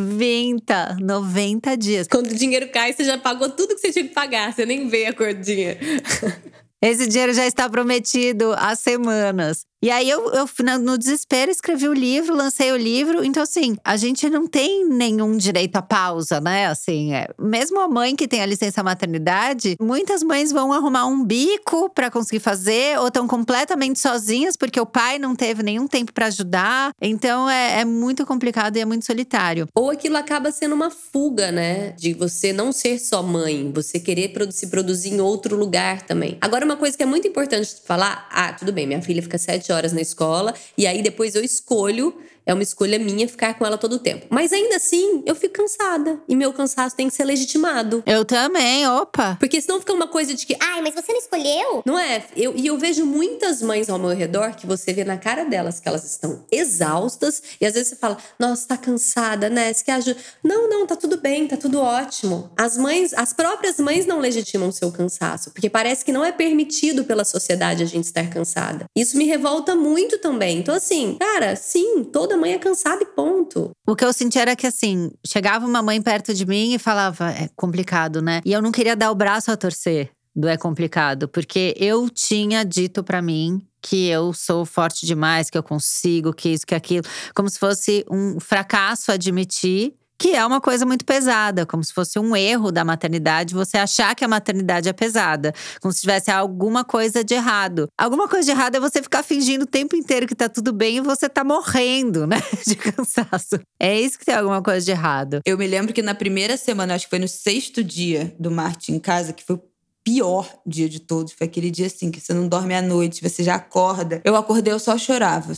90 dias. Quando o dinheiro cai, você já pagou tudo que você tinha que pagar. Você nem vê a cor do dinheiro. Esse dinheiro já está prometido há semanas. E aí eu, no desespero, escrevi o livro, lancei o livro. Então, assim, a gente não tem nenhum direito à pausa, né? Assim, mesmo a mãe que tem a licença maternidade, muitas mães vão arrumar um bico pra conseguir fazer, ou estão completamente sozinhas, porque o pai não teve nenhum tempo pra ajudar. Então, é muito complicado e é muito solitário. Ou aquilo acaba sendo uma fuga, né? De você não ser só mãe, você querer se produzir em outro lugar também. Agora, uma coisa que é muito importante falar: tudo bem, minha filha fica 7 horas na escola, e aí depois eu escolho, é uma escolha minha ficar com ela todo o tempo. Mas ainda assim, eu fico cansada. E meu cansaço tem que ser legitimado. Eu também, opa! Porque senão fica uma coisa de que… Mas você não escolheu? Não é? Eu vejo muitas mães ao meu redor que você vê na cara delas que elas estão exaustas. E às vezes você fala: nossa, tá cansada, né? Você quer ajuda? Não, tá tudo bem, tá tudo ótimo. As próprias mães não legitimam o seu cansaço. Porque parece que não é permitido pela sociedade a gente estar cansada. Isso me revolta muito também. Então assim, cara, sim, toda mãe é cansada e ponto. O que eu senti era que assim, chegava uma mãe perto de mim e falava: é complicado, né? E eu não queria dar o braço a torcer do é complicado. Porque eu tinha dito pra mim que eu sou forte demais, que eu consigo, que isso, que aquilo. Como se fosse um fracasso admitir que é uma coisa muito pesada, como se fosse um erro da maternidade, você achar que a maternidade é pesada, como se tivesse alguma coisa de errado. Alguma coisa de errado é você ficar fingindo o tempo inteiro que tá tudo bem e você tá morrendo, né, de cansaço. É isso que tem alguma coisa de errado. Eu me lembro que na primeira semana, acho que foi no 6º dia do Martin em casa, que foi o pior dia de todos. Foi aquele dia assim, que você não dorme à noite, você já acorda. Eu acordei, eu só chorava.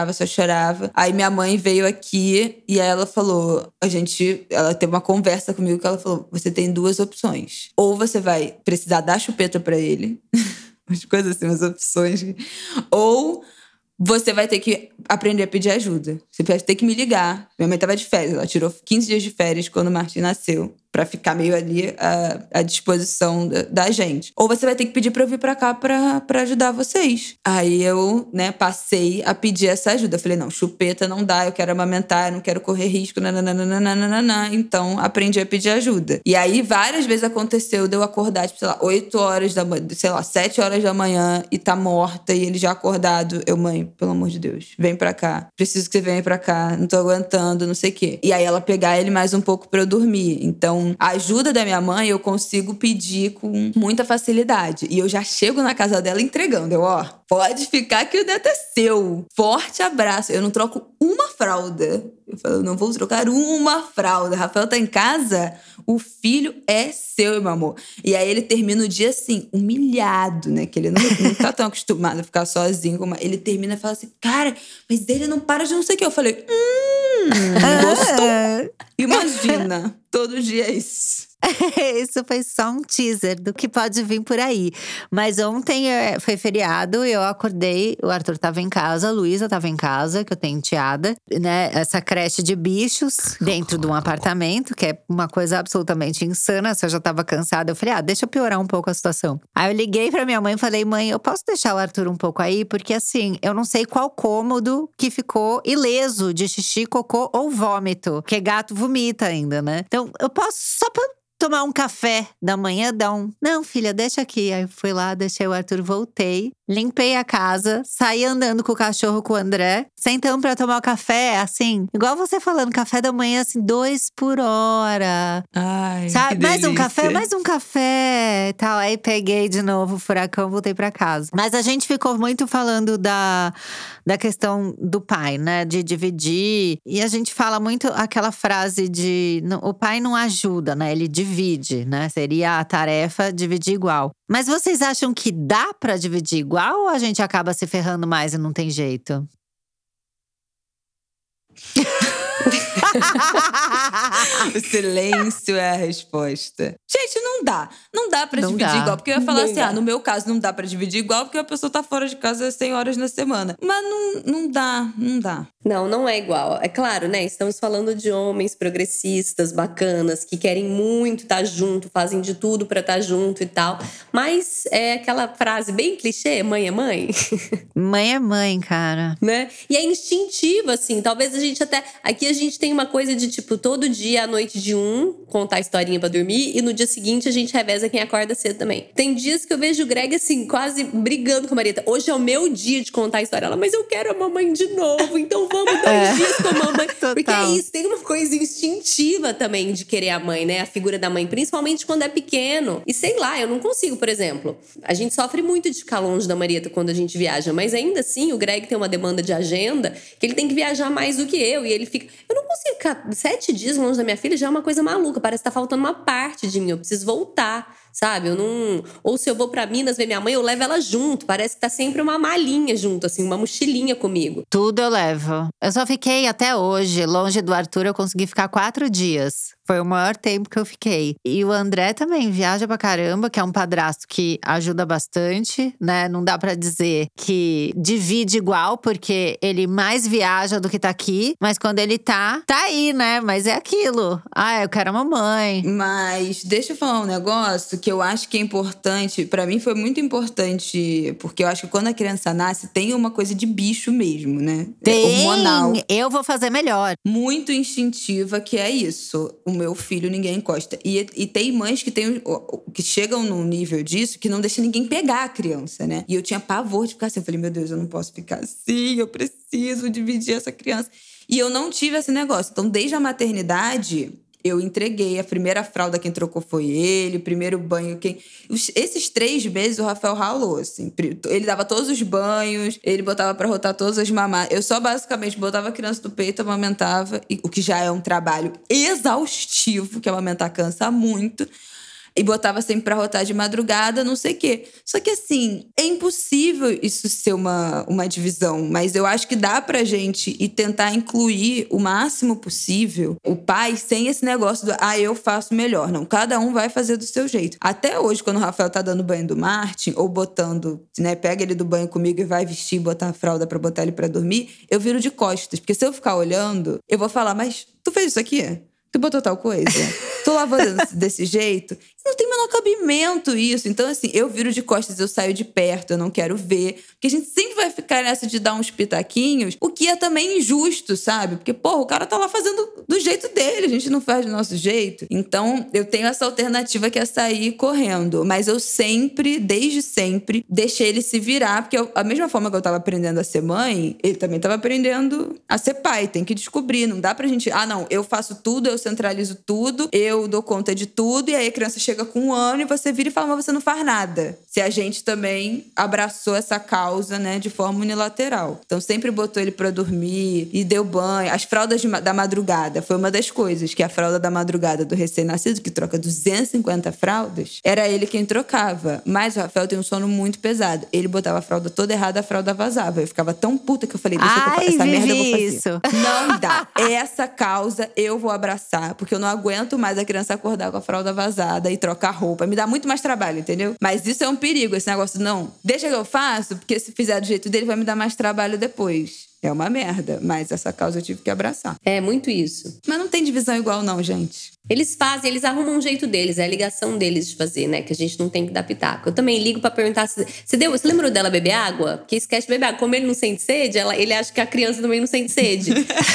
Aí minha mãe veio aqui e aí ela falou… Ela teve uma conversa comigo que ela falou: você tem 2 opções. Ou você vai precisar dar chupeta pra ele. Umas coisas assim, umas opções. Ou você vai ter que aprender a pedir ajuda. Você vai ter que me ligar. Minha mãe tava de férias. Ela tirou 15 dias de férias quando o Martin nasceu, pra ficar meio ali à disposição da gente. Ou você vai ter que pedir pra eu vir pra cá pra ajudar vocês. Aí eu, passei a pedir essa ajuda. Eu falei: não, chupeta não dá, eu quero amamentar, eu não quero correr risco, nananana. Então, aprendi a pedir ajuda. E aí, várias vezes aconteceu de eu acordar, 8 horas da manhã, 7 horas da manhã, e tá morta, e ele já acordado. Eu: mãe, pelo amor de Deus, vem pra cá. Preciso que você venha pra cá, não tô aguentando, não sei o quê. E aí, ela pegar ele mais um pouco pra eu dormir. Então, a ajuda da minha mãe eu consigo pedir com muita facilidade. E eu já chego na casa dela entregando. Pode ficar que o neto é seu. Forte abraço. Eu não troco uma fralda. Eu falo: eu não vou trocar uma fralda. Rafael tá em casa, o filho é seu, meu amor. E aí ele termina o dia assim, humilhado, né? Que ele não tá tão acostumado a ficar sozinho. Ele termina e fala assim: cara, mas ele não para de não sei o que. Eu falei: gostou? Imagina, todo dia é isso. Isso foi só um teaser do que pode vir por aí. Mas ontem foi feriado, eu acordei, o Arthur tava em casa, a Luísa tava em casa, que eu tenho enteada, né? Essa creche de bichos dentro de um apartamento, que é uma coisa absolutamente insana. Se eu já tava cansada, eu falei: deixa eu piorar um pouco a situação. Aí eu liguei pra minha mãe e falei: mãe, eu posso deixar o Arthur um pouco aí? Porque assim, eu não sei qual cômodo que ficou ileso de xixi, cocô ou vômito. Porque gato vomita ainda, né? Então, eu posso só pra tomar um café da manhã, não, filha, deixa aqui. Aí eu fui lá, deixei o Arthur, voltei. limpei a casa, saí andando com o cachorro com o André, sentamos pra tomar o café, assim, igual você falando, café da manhã, assim, 2 por hora. Ai, Sabe? que Mais delícia. um café e tal. Aí peguei de novo o furacão, voltei pra casa. Mas a gente ficou muito falando da questão do pai, né? De dividir. E a gente fala muito aquela frase de… O pai não ajuda, né? Ele divide, né? Seria a tarefa dividir igual. Mas vocês acham que dá pra dividir igual ou a gente acaba se ferrando mais e não tem jeito? O silêncio é a resposta. Gente, não dá. Não dá pra Não dividir dá. igual. Porque eu ia falar Não assim, dá. no meu caso não dá pra dividir igual porque a pessoa tá fora de casa 100 horas na semana. Mas não dá. Não é igual. É claro, né? Estamos falando de homens progressistas, bacanas, que querem muito estar junto, fazem de tudo pra estar junto e tal. Mas é aquela frase bem clichê, mãe é mãe. Mãe é mãe, cara. Né? E é instintivo, assim. Talvez a gente até… Aqui a gente tem uma coisa de, tipo, todo dia à noite de contar a historinha pra dormir. E no dia seguinte a gente reveza quem acorda cedo também. Tem dias que eu vejo o Greg, assim, quase brigando com a Marieta. Hoje é o meu dia de contar a história. Ela, mas eu quero a mamãe de novo. Então vamos 2 dias com a mamãe. Porque é isso, tem uma coisa instintiva também de querer a mãe, né? A figura da mãe, principalmente quando é pequeno. E sei lá, eu não consigo, por exemplo. A gente sofre muito de ficar longe da Marieta quando a gente viaja. Mas ainda assim, o Greg tem uma demanda de agenda que ele tem que viajar mais do que eu. E ele fica… Eu não consigo ficar 7 dias longe da minha filha, já é uma coisa maluca. Parece que tá faltando uma parte de mim. Eu preciso voltar, sabe? Eu não… Ou se eu vou pra Minas ver minha mãe, eu levo ela junto. Parece que tá sempre uma malinha junto, assim, uma mochilinha comigo. Tudo eu levo. Eu só fiquei até hoje, longe do Arthur, eu consegui ficar 4 dias. Foi o maior tempo que eu fiquei. E o André também viaja pra caramba, que é um padrasto que ajuda bastante, né? Não dá pra dizer que divide igual, porque ele mais viaja do que tá aqui. Mas quando ele tá aí, né? Mas é aquilo. Eu quero a mamãe. Mas deixa eu falar um negócio que eu acho que é importante. Pra mim foi muito importante, porque eu acho que quando a criança nasce, tem uma coisa de bicho mesmo, né? Tem! Hormonal. Eu vou fazer melhor. Muito instintiva, que é isso. O meu filho ninguém encosta. E tem mães que chegam num nível disso que não deixa ninguém pegar a criança, né? E eu tinha pavor de ficar assim. Eu falei, meu Deus, eu não posso ficar assim. Eu preciso dividir essa criança. E eu não tive esse negócio. Então, desde a maternidade… Eu entreguei. A primeira fralda quem trocou foi ele. O primeiro banho Esses 3 meses o Rafael ralou, assim. Ele dava todos os banhos. Ele botava pra rotar todas as mamadas. Eu só basicamente botava a criança do peito, amamentava. O que já é um trabalho exaustivo, que amamentar cansa muito. E botava sempre pra rotar de madrugada, não sei o quê. Só que assim, é impossível isso ser uma divisão. Mas eu acho que dá pra gente ir tentar incluir o máximo possível o pai sem esse negócio do eu faço melhor. Não, cada um vai fazer do seu jeito. Até hoje, quando o Rafael tá dando banho do Martin, ou botando, né, pega ele do banho comigo e vai vestir, botar a fralda pra botar ele pra dormir, eu viro de costas. Porque se eu ficar olhando, eu vou falar, mas tu fez isso aqui? Tu botou tal coisa? Tô lavando desse jeito? Não tem o menor cabimento isso. Então, assim, eu viro de costas, eu saio de perto, eu não quero ver. Porque a gente sempre vai ficar nessa de dar uns pitaquinhos, o que é também injusto, sabe? Porque, o cara tá lá fazendo do jeito dele, a gente não faz do nosso jeito. Então, eu tenho essa alternativa que é sair correndo. Mas eu sempre, desde sempre, deixei ele se virar. Porque a mesma forma que eu tava aprendendo a ser mãe, ele também tava aprendendo a ser pai. Tem que descobrir, não dá pra gente… não, eu faço tudo, eu centralizo tudo, eu dou conta de tudo, e aí a criança chega com 1 ano e você vira e fala, mas você não faz nada. Se a gente também abraçou essa causa, né, de forma unilateral. Então sempre botou ele pra dormir e deu banho. As fraldas da madrugada foi uma das coisas, que a fralda da madrugada do recém-nascido, que troca 250 fraldas, era ele quem trocava. Mas o Rafael tem um sono muito pesado. Ele botava a fralda toda errada, a fralda vazava. Eu ficava tão puta que eu falei, essa merda eu vou fazer. Isso. Não dá. Essa causa eu vou abraçar, porque eu não aguento mais a criança acordar com a fralda vazada e trocar roupa. Me dá muito mais trabalho, entendeu? Mas isso é um perigo, esse negócio, não. Deixa que eu faço, porque se fizer do jeito dele vai me dar mais trabalho depois. É uma merda, mas essa causa eu tive que abraçar. É muito isso. Mas não tem divisão igual não, gente. Eles arrumam um jeito deles, é a ligação deles de fazer, né? Que a gente não tem que dar pitaco. Eu também ligo pra perguntar se. Você lembrou dela beber água? Porque esquece de beber água. Como ele não sente sede, ele acha que a criança também não sente sede.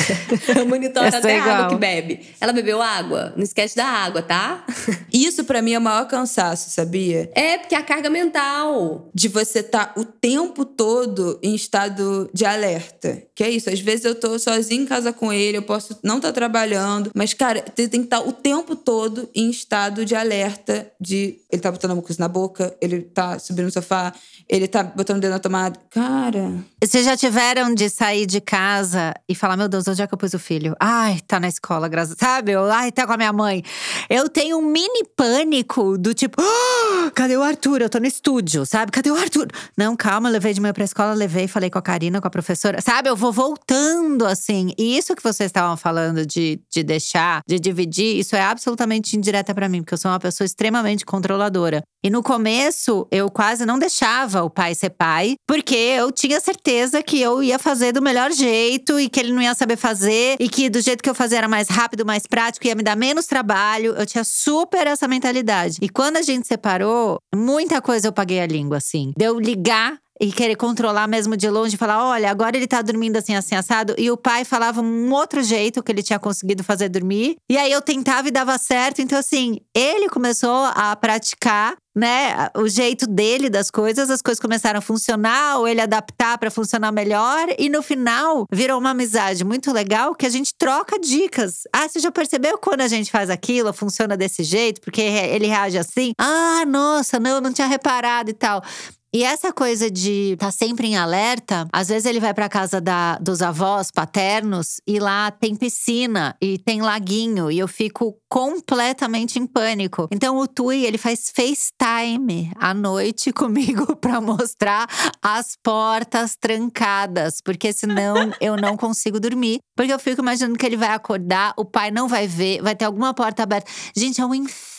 Eu monitoro até a água que bebe. Ela bebeu água? Não esquece da água, tá? Isso pra mim é o maior cansaço, sabia? É, porque é a carga mental. De você estar o tempo todo em estado de alerta. Que é isso, às vezes eu tô sozinha em casa com ele, eu posso não estar trabalhando, mas, cara, você tem que estar o tempo todo em estado de alerta de… Ele tá botando alguma coisa na boca, ele tá subindo no sofá, ele tá botando o dedo na tomada. Cara… Vocês já tiveram de sair de casa e falar, meu Deus, onde é que eu pus o filho? Ai, tá na escola, graças… Sabe? Ai, tá com a minha mãe. Eu tenho um mini pânico do tipo… cadê o Arthur? Eu tô no estúdio, sabe? Cadê o Arthur? Não, calma, eu levei de manhã pra escola, falei com a Karina, com a professora. Sabe? Eu vou voltando, assim. E isso que vocês estavam falando de deixar, de dividir, isso é absolutamente indireta pra mim. Porque eu sou uma pessoa extremamente controladora. E no começo, eu quase não deixava o pai ser pai. Porque eu tinha certeza que eu ia fazer do melhor jeito. E que ele não ia saber fazer. E que do jeito que eu fazia era mais rápido, mais prático. Ia me dar menos trabalho. Eu tinha super essa mentalidade. E quando a gente separou, muita coisa eu paguei a língua, assim. De eu ligar e querer controlar mesmo de longe, falar, olha, agora ele tá dormindo assim, assim, assado. E o pai falava um outro jeito que ele tinha conseguido fazer dormir. E aí eu tentava e dava certo. Então assim, ele começou a praticar, né, o jeito dele das coisas. As coisas começaram a funcionar, ou ele adaptar pra funcionar melhor. E no final, virou uma amizade muito legal, que a gente troca dicas. Ah, você já percebeu quando a gente faz aquilo, funciona desse jeito? Porque ele reage assim? Ah, nossa, não tinha reparado e tal. E essa coisa de estar sempre em alerta, às vezes ele vai pra casa dos avós paternos e lá tem piscina e tem laguinho e eu fico completamente em pânico. Então o Tui, ele faz FaceTime à noite comigo pra mostrar as portas trancadas, porque senão eu não consigo dormir. Porque eu fico imaginando que ele vai acordar, o pai não vai ver, vai ter alguma porta aberta. Gente, é um inferno.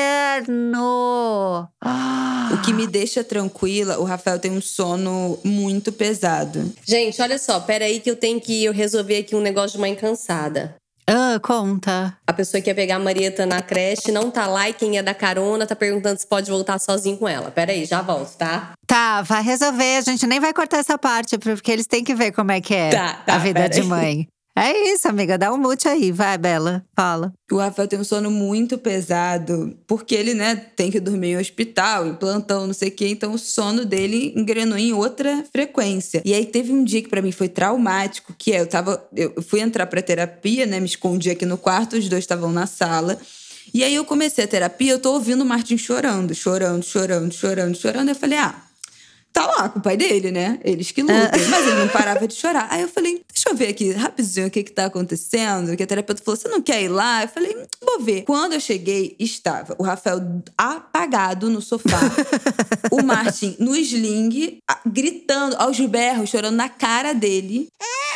O que me deixa tranquila, o Rafael tem um sono muito pesado. Gente, olha só, peraí que eu resolver aqui um negócio de mãe cansada. Conta. A pessoa que ia pegar a Marieta na creche não tá lá e quem ia dar carona tá perguntando se pode voltar sozinho com ela. Peraí, já volto, tá? Tá, vai resolver. A gente nem vai cortar essa parte, porque eles têm que ver como é que é a vida de mãe. É isso, amiga. Dá um mute aí. Vai, Bela. Fala. O Rafael tem um sono muito pesado, porque ele, né, tem que dormir em hospital, em plantão, não sei o quê. Então o sono dele engrenou em outra frequência. E aí teve um dia que pra mim foi traumático, que é, eu fui entrar pra terapia, né, me escondi aqui no quarto, os dois estavam na sala. E aí eu comecei a terapia, eu tô ouvindo o Martin chorando. Eu falei, tá lá com o pai dele, né? Eles que lutam. Mas ele não parava de chorar. Aí eu falei, deixa eu ver aqui rapidinho o que tá acontecendo. Que a terapeuta falou, você não quer ir lá? Eu falei, vou ver. Quando eu cheguei, estava o Rafael apagado no sofá. O Martin no sling, gritando aos berros, chorando na cara dele.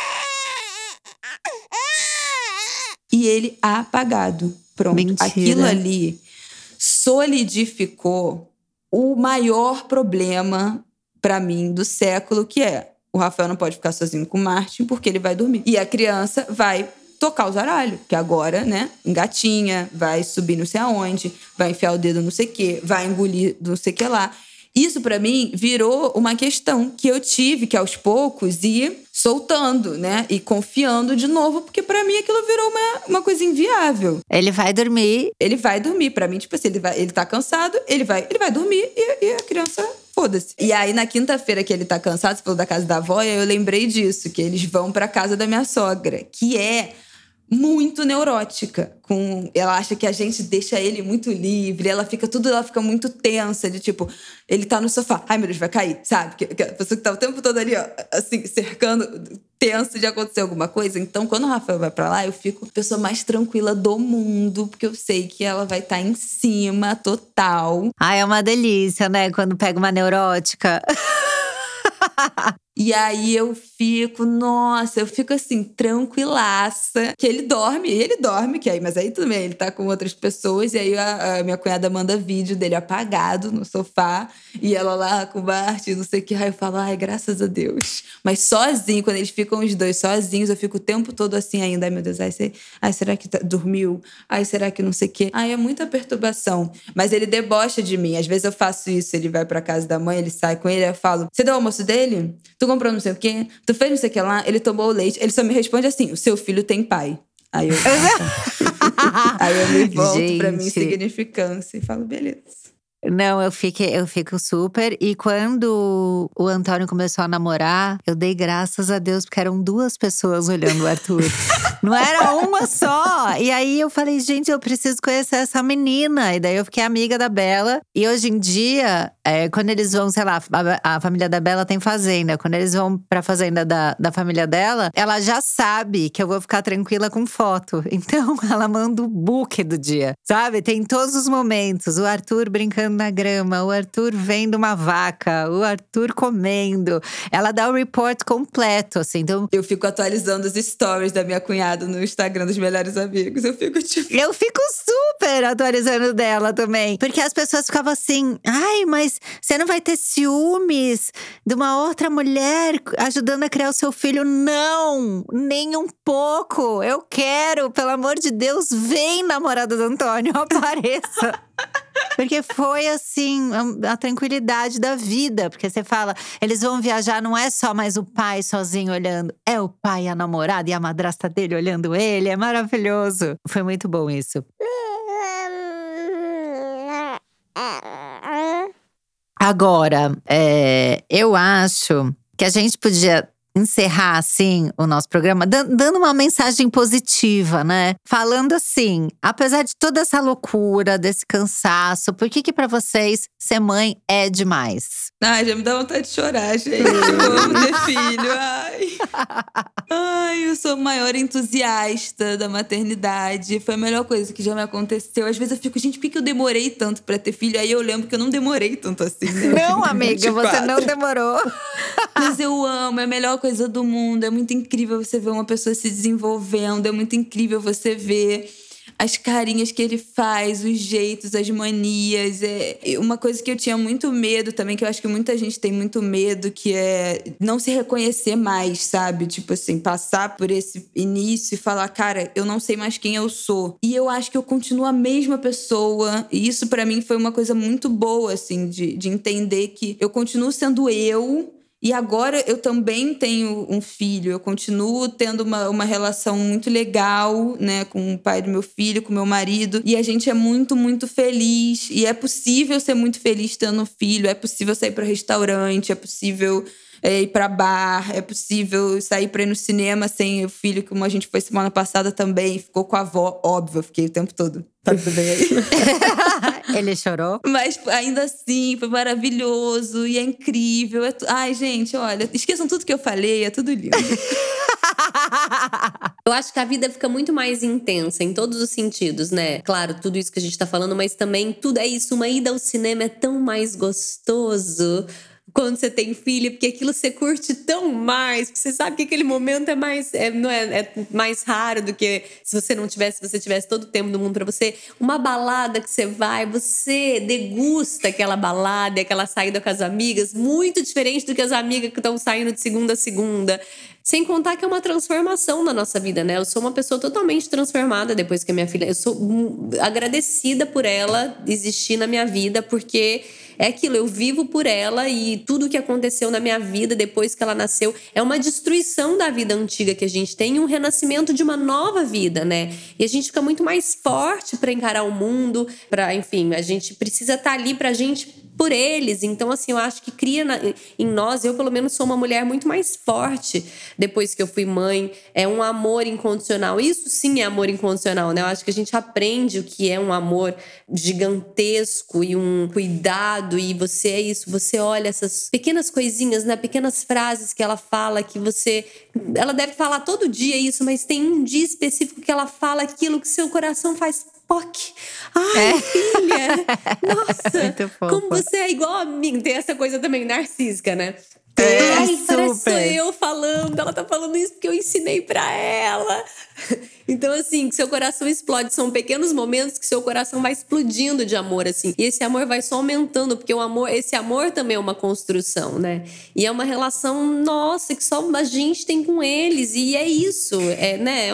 E ele apagado. Pronto. Mentira. Aquilo ali solidificou o maior problema pra mim do século, que é o Rafael não pode ficar sozinho com o Martin porque ele vai dormir. E a criança vai tocar o zaralho, que agora, né, engatinha, vai subir não sei aonde, vai enfiar o dedo não sei o quê, vai engolir não sei o que lá. Isso pra mim virou uma questão que eu tive que aos poucos ir soltando, né? E confiando de novo, porque pra mim aquilo virou uma coisa inviável. Ele vai dormir. Ele vai dormir. Pra mim, tipo assim, ele tá cansado, ele vai dormir e a criança… Foda-se. E aí, na quinta-feira que ele tá cansado, você falou da casa da avó, e aí eu lembrei disso, que eles vão pra casa da minha sogra, que é muito neurótica. Ela acha que a gente deixa ele muito livre, ela fica muito tensa, de tipo, ele tá no sofá, ai meu Deus, vai cair, sabe? Que a pessoa que tá o tempo todo ali, ó, assim, cercando, tensa de acontecer alguma coisa. Então, quando o Rafael vai pra lá, eu fico a pessoa mais tranquila do mundo, porque eu sei que ela vai estar em cima, total. Ai, é uma delícia, né? Quando pega uma neurótica. E aí eu fico assim, tranquilaça. Que ele dorme, mas aí também ele tá com outras pessoas. E aí a minha cunhada manda vídeo dele apagado no sofá. E ela lá com o Bart, não sei o que. Aí eu falo, ai, graças a Deus. Mas sozinho, quando eles ficam os dois sozinhos, eu fico o tempo todo assim ainda. Ai, meu Deus, ai, será que dormiu? Ai, será que não sei o quê? Ai, é muita perturbação. Mas ele debocha de mim. Às vezes eu faço isso, ele vai pra casa da mãe, ele sai com ele, aí eu falo, você deu o almoço dele? Tu comprou não sei o quê? Tu fez não sei o que lá? Ele tomou o leite. Ele só me responde assim, o seu filho tem pai. Aí eu, aí eu me volto pra minha insignificância e falo, beleza. Não, eu fico super. E quando o Antônio começou a namorar, eu dei graças a Deus, porque eram 2 pessoas olhando o Arthur. Não era uma só. E aí eu falei, gente, eu preciso conhecer essa menina. E daí eu fiquei amiga da Bela. E hoje em dia, quando eles vão, sei lá, a família da Bela tem fazenda. Quando eles vão pra fazenda da família dela, ela já sabe que eu vou ficar tranquila com foto. Então ela manda o book do dia, sabe? Tem todos os momentos. O Arthur brincando na grama, o Arthur vendo uma vaca, o Arthur comendo. Ela dá o report completo, assim. Então eu fico atualizando os stories da minha cunhada no Instagram dos melhores amigos. Eu fico super atualizando dela também. Porque as pessoas ficavam assim, ai, mas você não vai ter ciúmes de uma outra mulher ajudando a criar o seu filho? Não, nem um pouco. Eu quero, pelo amor de Deus, vem, namorada do Antônio, apareça. Porque foi assim, a tranquilidade da vida. Porque você fala, eles vão viajar, não é só mais o pai sozinho olhando. É o pai, a namorada e a madrasta dele olhando ele. É maravilhoso. Foi muito bom isso. Agora, eu acho que a gente podia encerrar, assim, o nosso programa dando uma mensagem positiva, né? Falando assim, apesar de toda essa loucura, desse cansaço, por que pra vocês ser mãe é demais? Ai, já me dá vontade de chorar, gente. Eu amo ter filho, Ai, eu sou a maior entusiasta da maternidade. Foi a melhor coisa que já me aconteceu. Às vezes eu fico, gente, por que eu demorei tanto pra ter filho? Aí eu lembro que eu não demorei tanto assim, né? Não, amiga, você não demorou. Mas eu amo, é a melhor coisa do mundo. É muito incrível você ver uma pessoa se desenvolvendo. É muito incrível você ver as carinhas que ele faz, os jeitos, as manias. Uma coisa que eu tinha muito medo também, que eu acho que muita gente tem muito medo, que é não se reconhecer mais, sabe? Tipo assim, passar por esse início e falar, cara, eu não sei mais quem eu sou. E eu acho que eu continuo a mesma pessoa. E isso pra mim foi uma coisa muito boa, assim, de entender que eu continuo sendo eu. E agora eu também tenho um filho, eu continuo tendo uma relação muito legal, né, com o pai do meu filho, com o meu marido. E a gente é muito, muito feliz. E é possível ser muito feliz tendo um filho, é possível sair para restaurante, é possível ir pra bar, é possível sair pra ir no cinema sem o filho, como a gente foi semana passada também. Ficou com a avó, óbvio, eu fiquei o tempo todo. Tá tudo bem aí? Ele chorou? Mas ainda assim, foi maravilhoso e é incrível. Ai, gente, olha, esqueçam tudo que eu falei, é tudo lindo. Eu acho que a vida fica muito mais intensa em todos os sentidos, né? Claro, tudo isso que a gente tá falando, mas também tudo é isso. Uma ida ao cinema é tão mais gostoso quando você tem filho, porque aquilo você curte tão mais, porque você sabe que aquele momento é mais mais raro do que se você tivesse todo o tempo do mundo pra você. Uma balada que você vai, você degusta aquela balada, aquela saída com as amigas, muito diferente do que as amigas que estão saindo de segunda a segunda. Sem contar que é uma transformação na nossa vida, né? Eu sou uma pessoa totalmente transformada depois que a minha filha… Eu sou agradecida por ela existir na minha vida, porque é aquilo, eu vivo por ela e tudo que aconteceu na minha vida depois que ela nasceu é uma destruição da vida antiga que a gente tem e um renascimento de uma nova vida, né? E a gente fica muito mais forte para encarar o mundo, enfim, a gente precisa estar ali pra gente… por eles. Então, assim, eu acho que cria em nós, eu pelo menos sou uma mulher muito mais forte depois que eu fui mãe. É um amor incondicional. Isso sim é amor incondicional, né? Eu acho que a gente aprende o que é um amor gigantesco e um cuidado. E você é isso, você olha essas pequenas coisinhas, né? Pequenas frases que ela fala que você… Ela deve falar todo dia isso, mas tem um dia específico que ela fala aquilo que seu coração faz… POC. Ai, filha! Nossa! Muito fofo. Como você é igual a mim. Tem essa coisa também narcísica, né? Gostei, Ai, parece super. sou eu falando. Ela tá falando isso porque eu ensinei pra ela. Então, assim, que seu coração explode. São pequenos momentos que seu coração vai explodindo de amor, assim. E esse amor vai só aumentando, porque esse amor também é uma construção, né? E é uma relação nossa, que só a gente tem com eles. E é isso, né?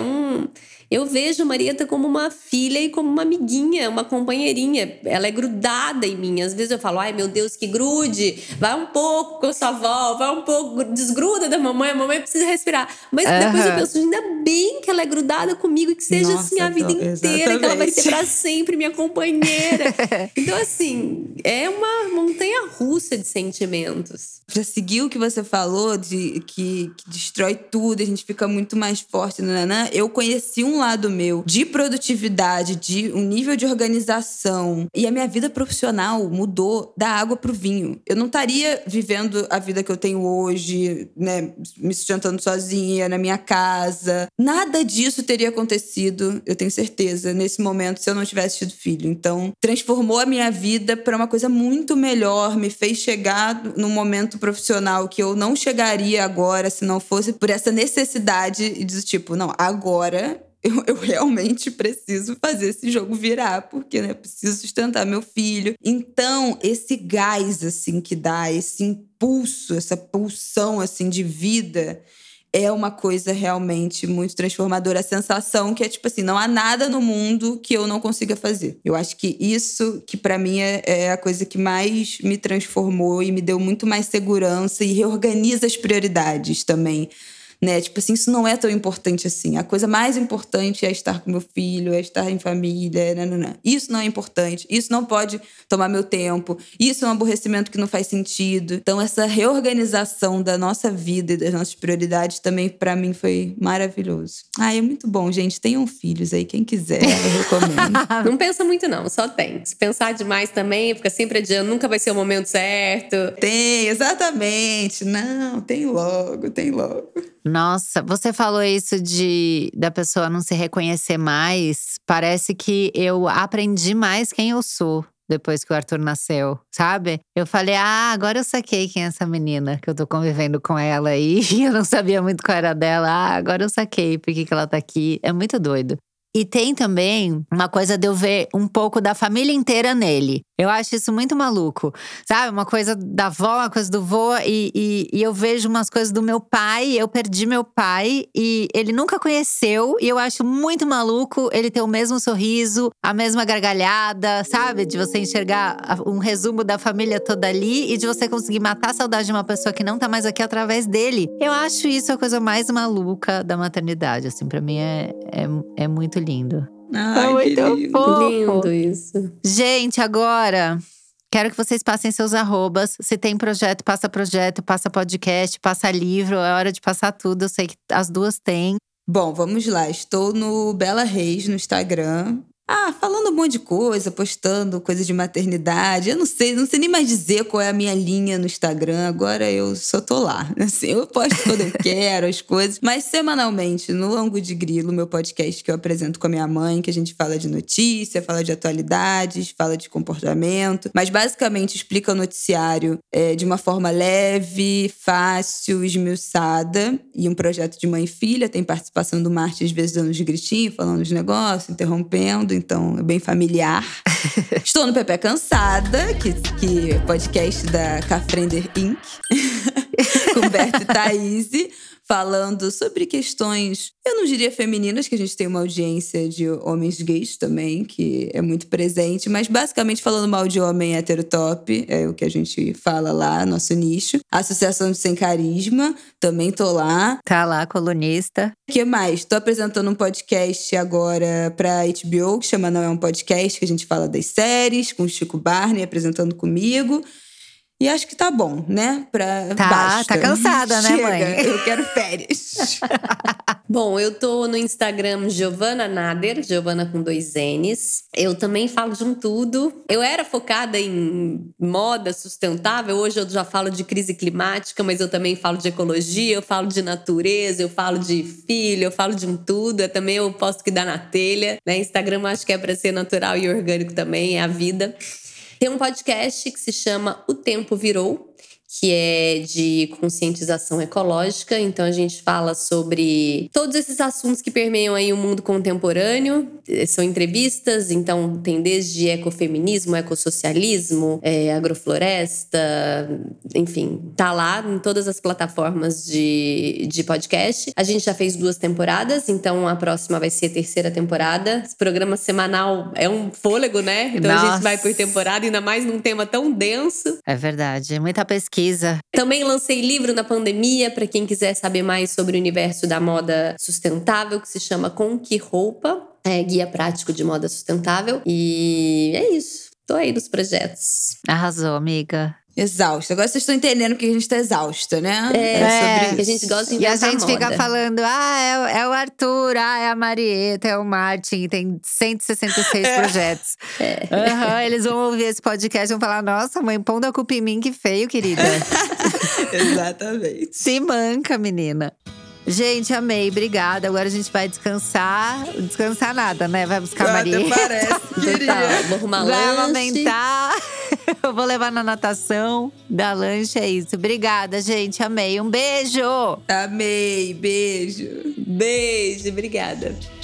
Eu vejo a Marieta como uma filha e como uma amiguinha, uma companheirinha. Ela é grudada em mim. Às vezes eu falo, ai meu Deus, que grude. Vai um pouco com a sua avó, vai um pouco, desgruda da mamãe, a mamãe precisa respirar. Mas depois eu penso, ainda bem que ela é grudada comigo e que seja assim a vida inteira, que ela vai ser pra sempre minha companheira. Então assim, é uma montanha-russa de sentimentos. Pra seguir o que você falou, de que destrói tudo, a gente fica muito mais forte, né? Eu conheci um lado meu de produtividade, de um nível de organização. E a minha vida profissional mudou da água pro vinho. Eu não estaria vivendo a vida que eu tenho hoje, né? Me sustentando sozinha, na minha casa. Nada disso teria acontecido, eu tenho certeza, nesse momento, se eu não tivesse tido filho. Então, transformou a minha vida para uma coisa muito melhor, me fez chegar num momento profissional que eu não chegaria agora se não fosse por essa necessidade de tipo, não, agora eu realmente preciso fazer esse jogo virar, porque, né, preciso sustentar meu filho. Então, esse gás, assim, que dá, esse impulso, essa pulsão, assim, de vida, é uma coisa realmente muito transformadora. A sensação que é, tipo assim, não há nada no mundo que eu não consiga fazer. Eu acho que isso, que pra mim é a coisa que mais me transformou e me deu muito mais segurança e reorganiza as prioridades também. Né? Tipo assim, isso não é tão importante assim. A coisa mais importante é estar com meu filho, é estar em família. Não. Isso não é importante. Isso não pode tomar meu tempo. Isso é um aborrecimento que não faz sentido. Então, essa reorganização da nossa vida e das nossas prioridades também, pra mim, foi maravilhoso. É muito bom, gente. Tenham filhos aí. Quem quiser, eu recomendo. Não pensa muito, não. Só tem. Se pensar demais também, fica sempre adiando. Nunca vai ser o momento certo. Tem, exatamente. Não, tem logo, tem logo. Nossa, você falou isso da pessoa não se reconhecer mais. Parece que eu aprendi mais quem eu sou depois que o Arthur nasceu, sabe? Eu falei, agora eu saquei quem é essa menina, que eu tô convivendo com ela aí. E eu não sabia muito qual era dela. Agora eu saquei por que ela tá aqui. É muito doido. E tem também uma coisa de eu ver um pouco da família inteira nele. Eu acho isso muito maluco, sabe? Uma coisa da avó, uma coisa do vô. E eu vejo umas coisas do meu pai. Eu perdi meu pai e ele nunca conheceu. E eu acho muito maluco ele ter o mesmo sorriso, a mesma gargalhada, sabe? De você enxergar um resumo da família toda ali e de você conseguir matar a saudade de uma pessoa que não tá mais aqui através dele. Eu acho isso a coisa mais maluca da maternidade. Assim, pra mim é muito lindo. Ai, muito que lindo. fofo. Lindo isso. Gente, agora quero que vocês passem seus arrobas. Se tem projeto, passa podcast, passa livro. É hora de passar tudo. Eu sei que as duas têm. Bom, vamos lá. Estou no Bela Reis, no Instagram. Falando um monte de coisa, postando coisa de maternidade. Eu não sei nem mais dizer qual é a minha linha no Instagram. Agora eu só tô lá. Assim, eu posto quando eu quero as coisas. Mas semanalmente, no Ângulo de Grilo, meu podcast que eu apresento com a minha mãe, que a gente fala de notícia, fala de atualidades, fala de comportamento. Mas basicamente explica o noticiário de uma forma leve, fácil, esmiuçada. E um projeto de mãe e filha. Tem participação do Marte, às vezes dando uns gritinhos, falando uns negócios, interrompendo. Então, é bem familiar. Estou no Pepe Cansada, que é podcast da Cafrender Inc. com Berto e Thaís, falando sobre questões, eu não diria femininas, que a gente tem uma audiência de homens gays também, que é muito presente, mas basicamente falando mal de homem heterotop, é o que a gente fala lá, nosso nicho. Associação de Sem Carisma, também tô lá. Tá lá, colunista. O que mais? Tô apresentando um podcast agora pra HBO, que chama Não É Um Podcast, que a gente fala das séries, com o Chico Barney apresentando comigo. E acho que tá bom, né? Basta. Tá cansada, né, Chega, mãe? Eu quero férias. Bom, eu tô no Instagram Giovana Nader, Giovana com 2 N's. Eu também falo de um tudo. Eu era focada em moda sustentável, hoje eu já falo de crise climática, mas eu também falo de ecologia, eu falo de natureza, eu falo de filho, eu falo de um tudo. Também eu posto que dá na telha, né? Instagram eu acho que é pra ser natural e orgânico também, é a vida. Tem um podcast que se chama O Tempo Virou, que é de conscientização ecológica. Então a gente fala sobre todos esses assuntos que permeiam aí o mundo contemporâneo. São entrevistas, então tem desde ecofeminismo, ecossocialismo, agrofloresta, enfim, tá lá em todas as plataformas de podcast. A gente já fez 2 temporadas, então a próxima vai ser a 3ª temporada. Esse programa semanal é um fôlego, né? Então a gente vai por temporada, ainda mais num tema tão denso. É verdade, muita pesquisa. Também lancei livro na pandemia para quem quiser saber mais sobre o universo da moda sustentável, que se chama Com Que Roupa? Guia prático de moda sustentável. E é isso. Tô aí nos projetos. Arrasou, amiga. Exausta. Agora vocês estão entendendo porque a gente tá exausta, né? Sobre isso. A gente gosta de E a inventar gente moda. fica falando, é o Arthur, é a Marieta, é o Martin, tem 166 projetos. Eles vão ouvir esse podcast e vão falar, nossa, mãe, pondo a culpa em mim, que feio, querida. Exatamente. Se manca, menina. Gente, amei, obrigada. Agora a gente vai descansar. Descansar nada, né? Vai buscar a Maria. Até parece, queria. Vou arrumar Vai lanche. amamentar. Eu vou levar na natação. Dar lanche, é isso. Obrigada, gente. Amei. Um beijo! Amei, beijo. Beijo, obrigada.